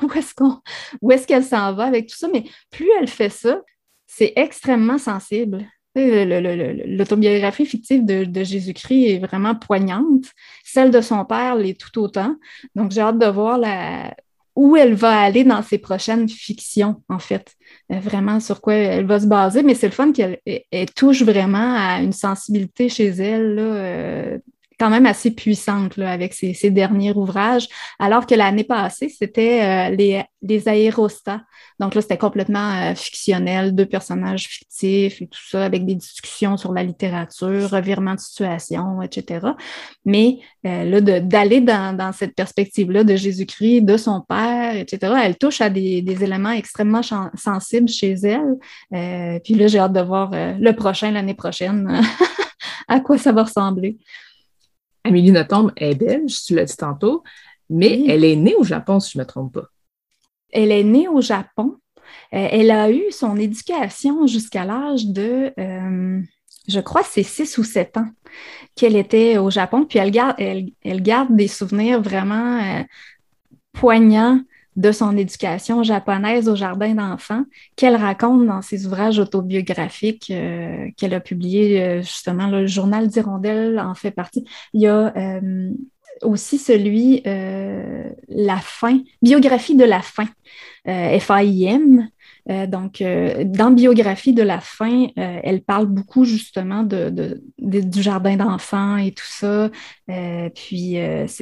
où est-ce qu'elle s'en va avec tout ça. Mais plus elle fait ça, c'est extrêmement sensible. L'autobiographie fictive de Jésus-Christ est vraiment poignante. Celle de son père l'est tout autant. Donc, j'ai hâte de voir où elle va aller dans ses prochaines fictions, en fait. Vraiment sur quoi elle va se baser, mais c'est le fun qu'elle touche vraiment à une sensibilité chez elle, là, quand même assez puissante là, avec ses derniers ouvrages, alors que l'année passée, c'était les aérostats. Donc là, c'était complètement fictionnel, 2 personnages fictifs et tout ça, avec des discussions sur la littérature, revirement de situation, etc. Mais là, d'aller dans cette perspective-là de Jésus-Christ, de son père, etc., elle touche à des éléments extrêmement sensibles chez elle. Puis là, j'ai hâte de voir le prochain, l'année prochaine, à quoi ça va ressembler. Amélie Nothomb est belge, tu l'as dit tantôt, mais oui. Elle est née au Japon, si je ne me trompe pas. Elle est née au Japon. Elle a eu son éducation jusqu'à l'âge de, je crois, c'est 6 ou 7 ans qu'elle était au Japon. Puis elle garde des souvenirs vraiment poignants de son éducation japonaise au jardin d'enfants qu'elle raconte dans ses ouvrages autobiographiques qu'elle a publiés, justement, le journal d'Hirondelle en fait partie. Il y a aussi celui La faim, biographie de la faim, FAIM. Donc, dans Biographie de la faim, elle parle beaucoup justement du jardin d'enfants et tout ça. Puis,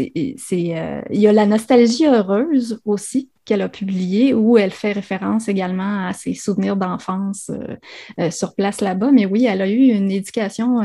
il y a La nostalgie heureuse aussi qu'elle a publiée, où elle fait référence également à ses souvenirs d'enfance sur place là-bas. Mais oui, elle a eu une éducation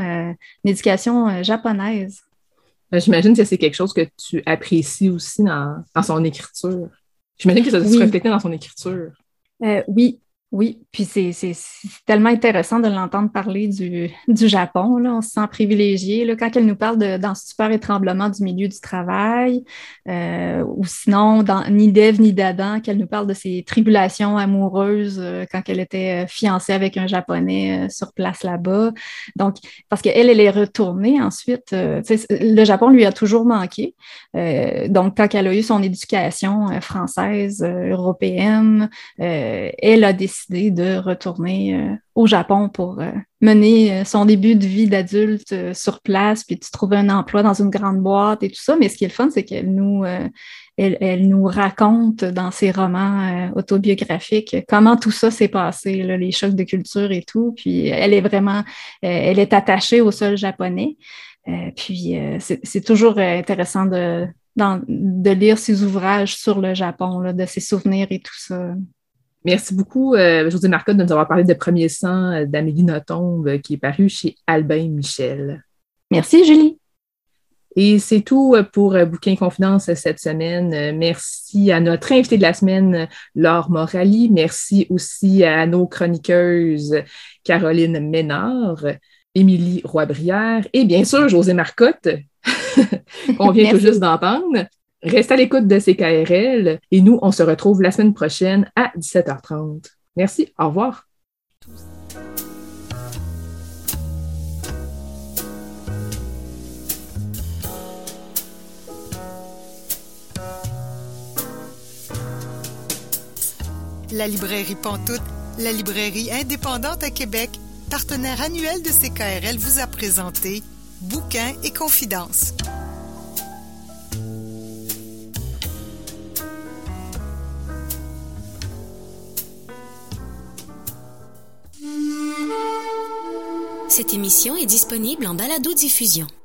japonaise. J'imagine que c'est quelque chose que tu apprécies aussi dans son écriture. J'imagine que ça doit se refléter dans son écriture. Oui, Oui, puis c'est tellement intéressant de l'entendre parler du Japon, là. On se sent privilégié, là, quand elle nous parle dans Stupeur et tremblement du milieu du travail, ou sinon dans Ni d'Ève ni d'Adam, qu'elle nous parle de ses tribulations amoureuses quand elle était fiancée avec un Japonais sur place là-bas. Donc, parce qu'elle est retournée ensuite, le Japon lui a toujours manqué. Donc, quand elle a eu son éducation française, européenne, elle a décidé de retourner au Japon pour mener son début de vie d'adulte sur place, puis de trouver un emploi dans une grande boîte et tout ça. Mais ce qui est le fun, c'est qu'elle elle nous raconte dans ses romans autobiographiques comment tout ça s'est passé, là, les chocs de culture et tout. Puis elle est attachée au sol japonais. Puis c'est toujours intéressant de lire ses ouvrages sur le Japon, là, de ses souvenirs et tout ça. Merci beaucoup, Josée Marcotte, de nous avoir parlé de Premier sang d'Amélie Nothomb, qui est paru chez Albin Michel. Merci, Julie. Et c'est tout pour Bouquin Confidence cette semaine. Merci à notre invitée de la semaine, Laure Morali. Merci aussi à nos chroniqueuses, Caroline Ménard, Émilie Roy-Brière et bien sûr Josée Marcotte, qu'on vient tout juste d'entendre. Restez à l'écoute de CKRL et nous, on se retrouve la semaine prochaine à 17h30. Merci, au revoir. La librairie Pantoute, la librairie indépendante à Québec, partenaire annuel de CKRL, vous a présenté Bouquins et Confidences. Cette émission est disponible en balado-diffusion.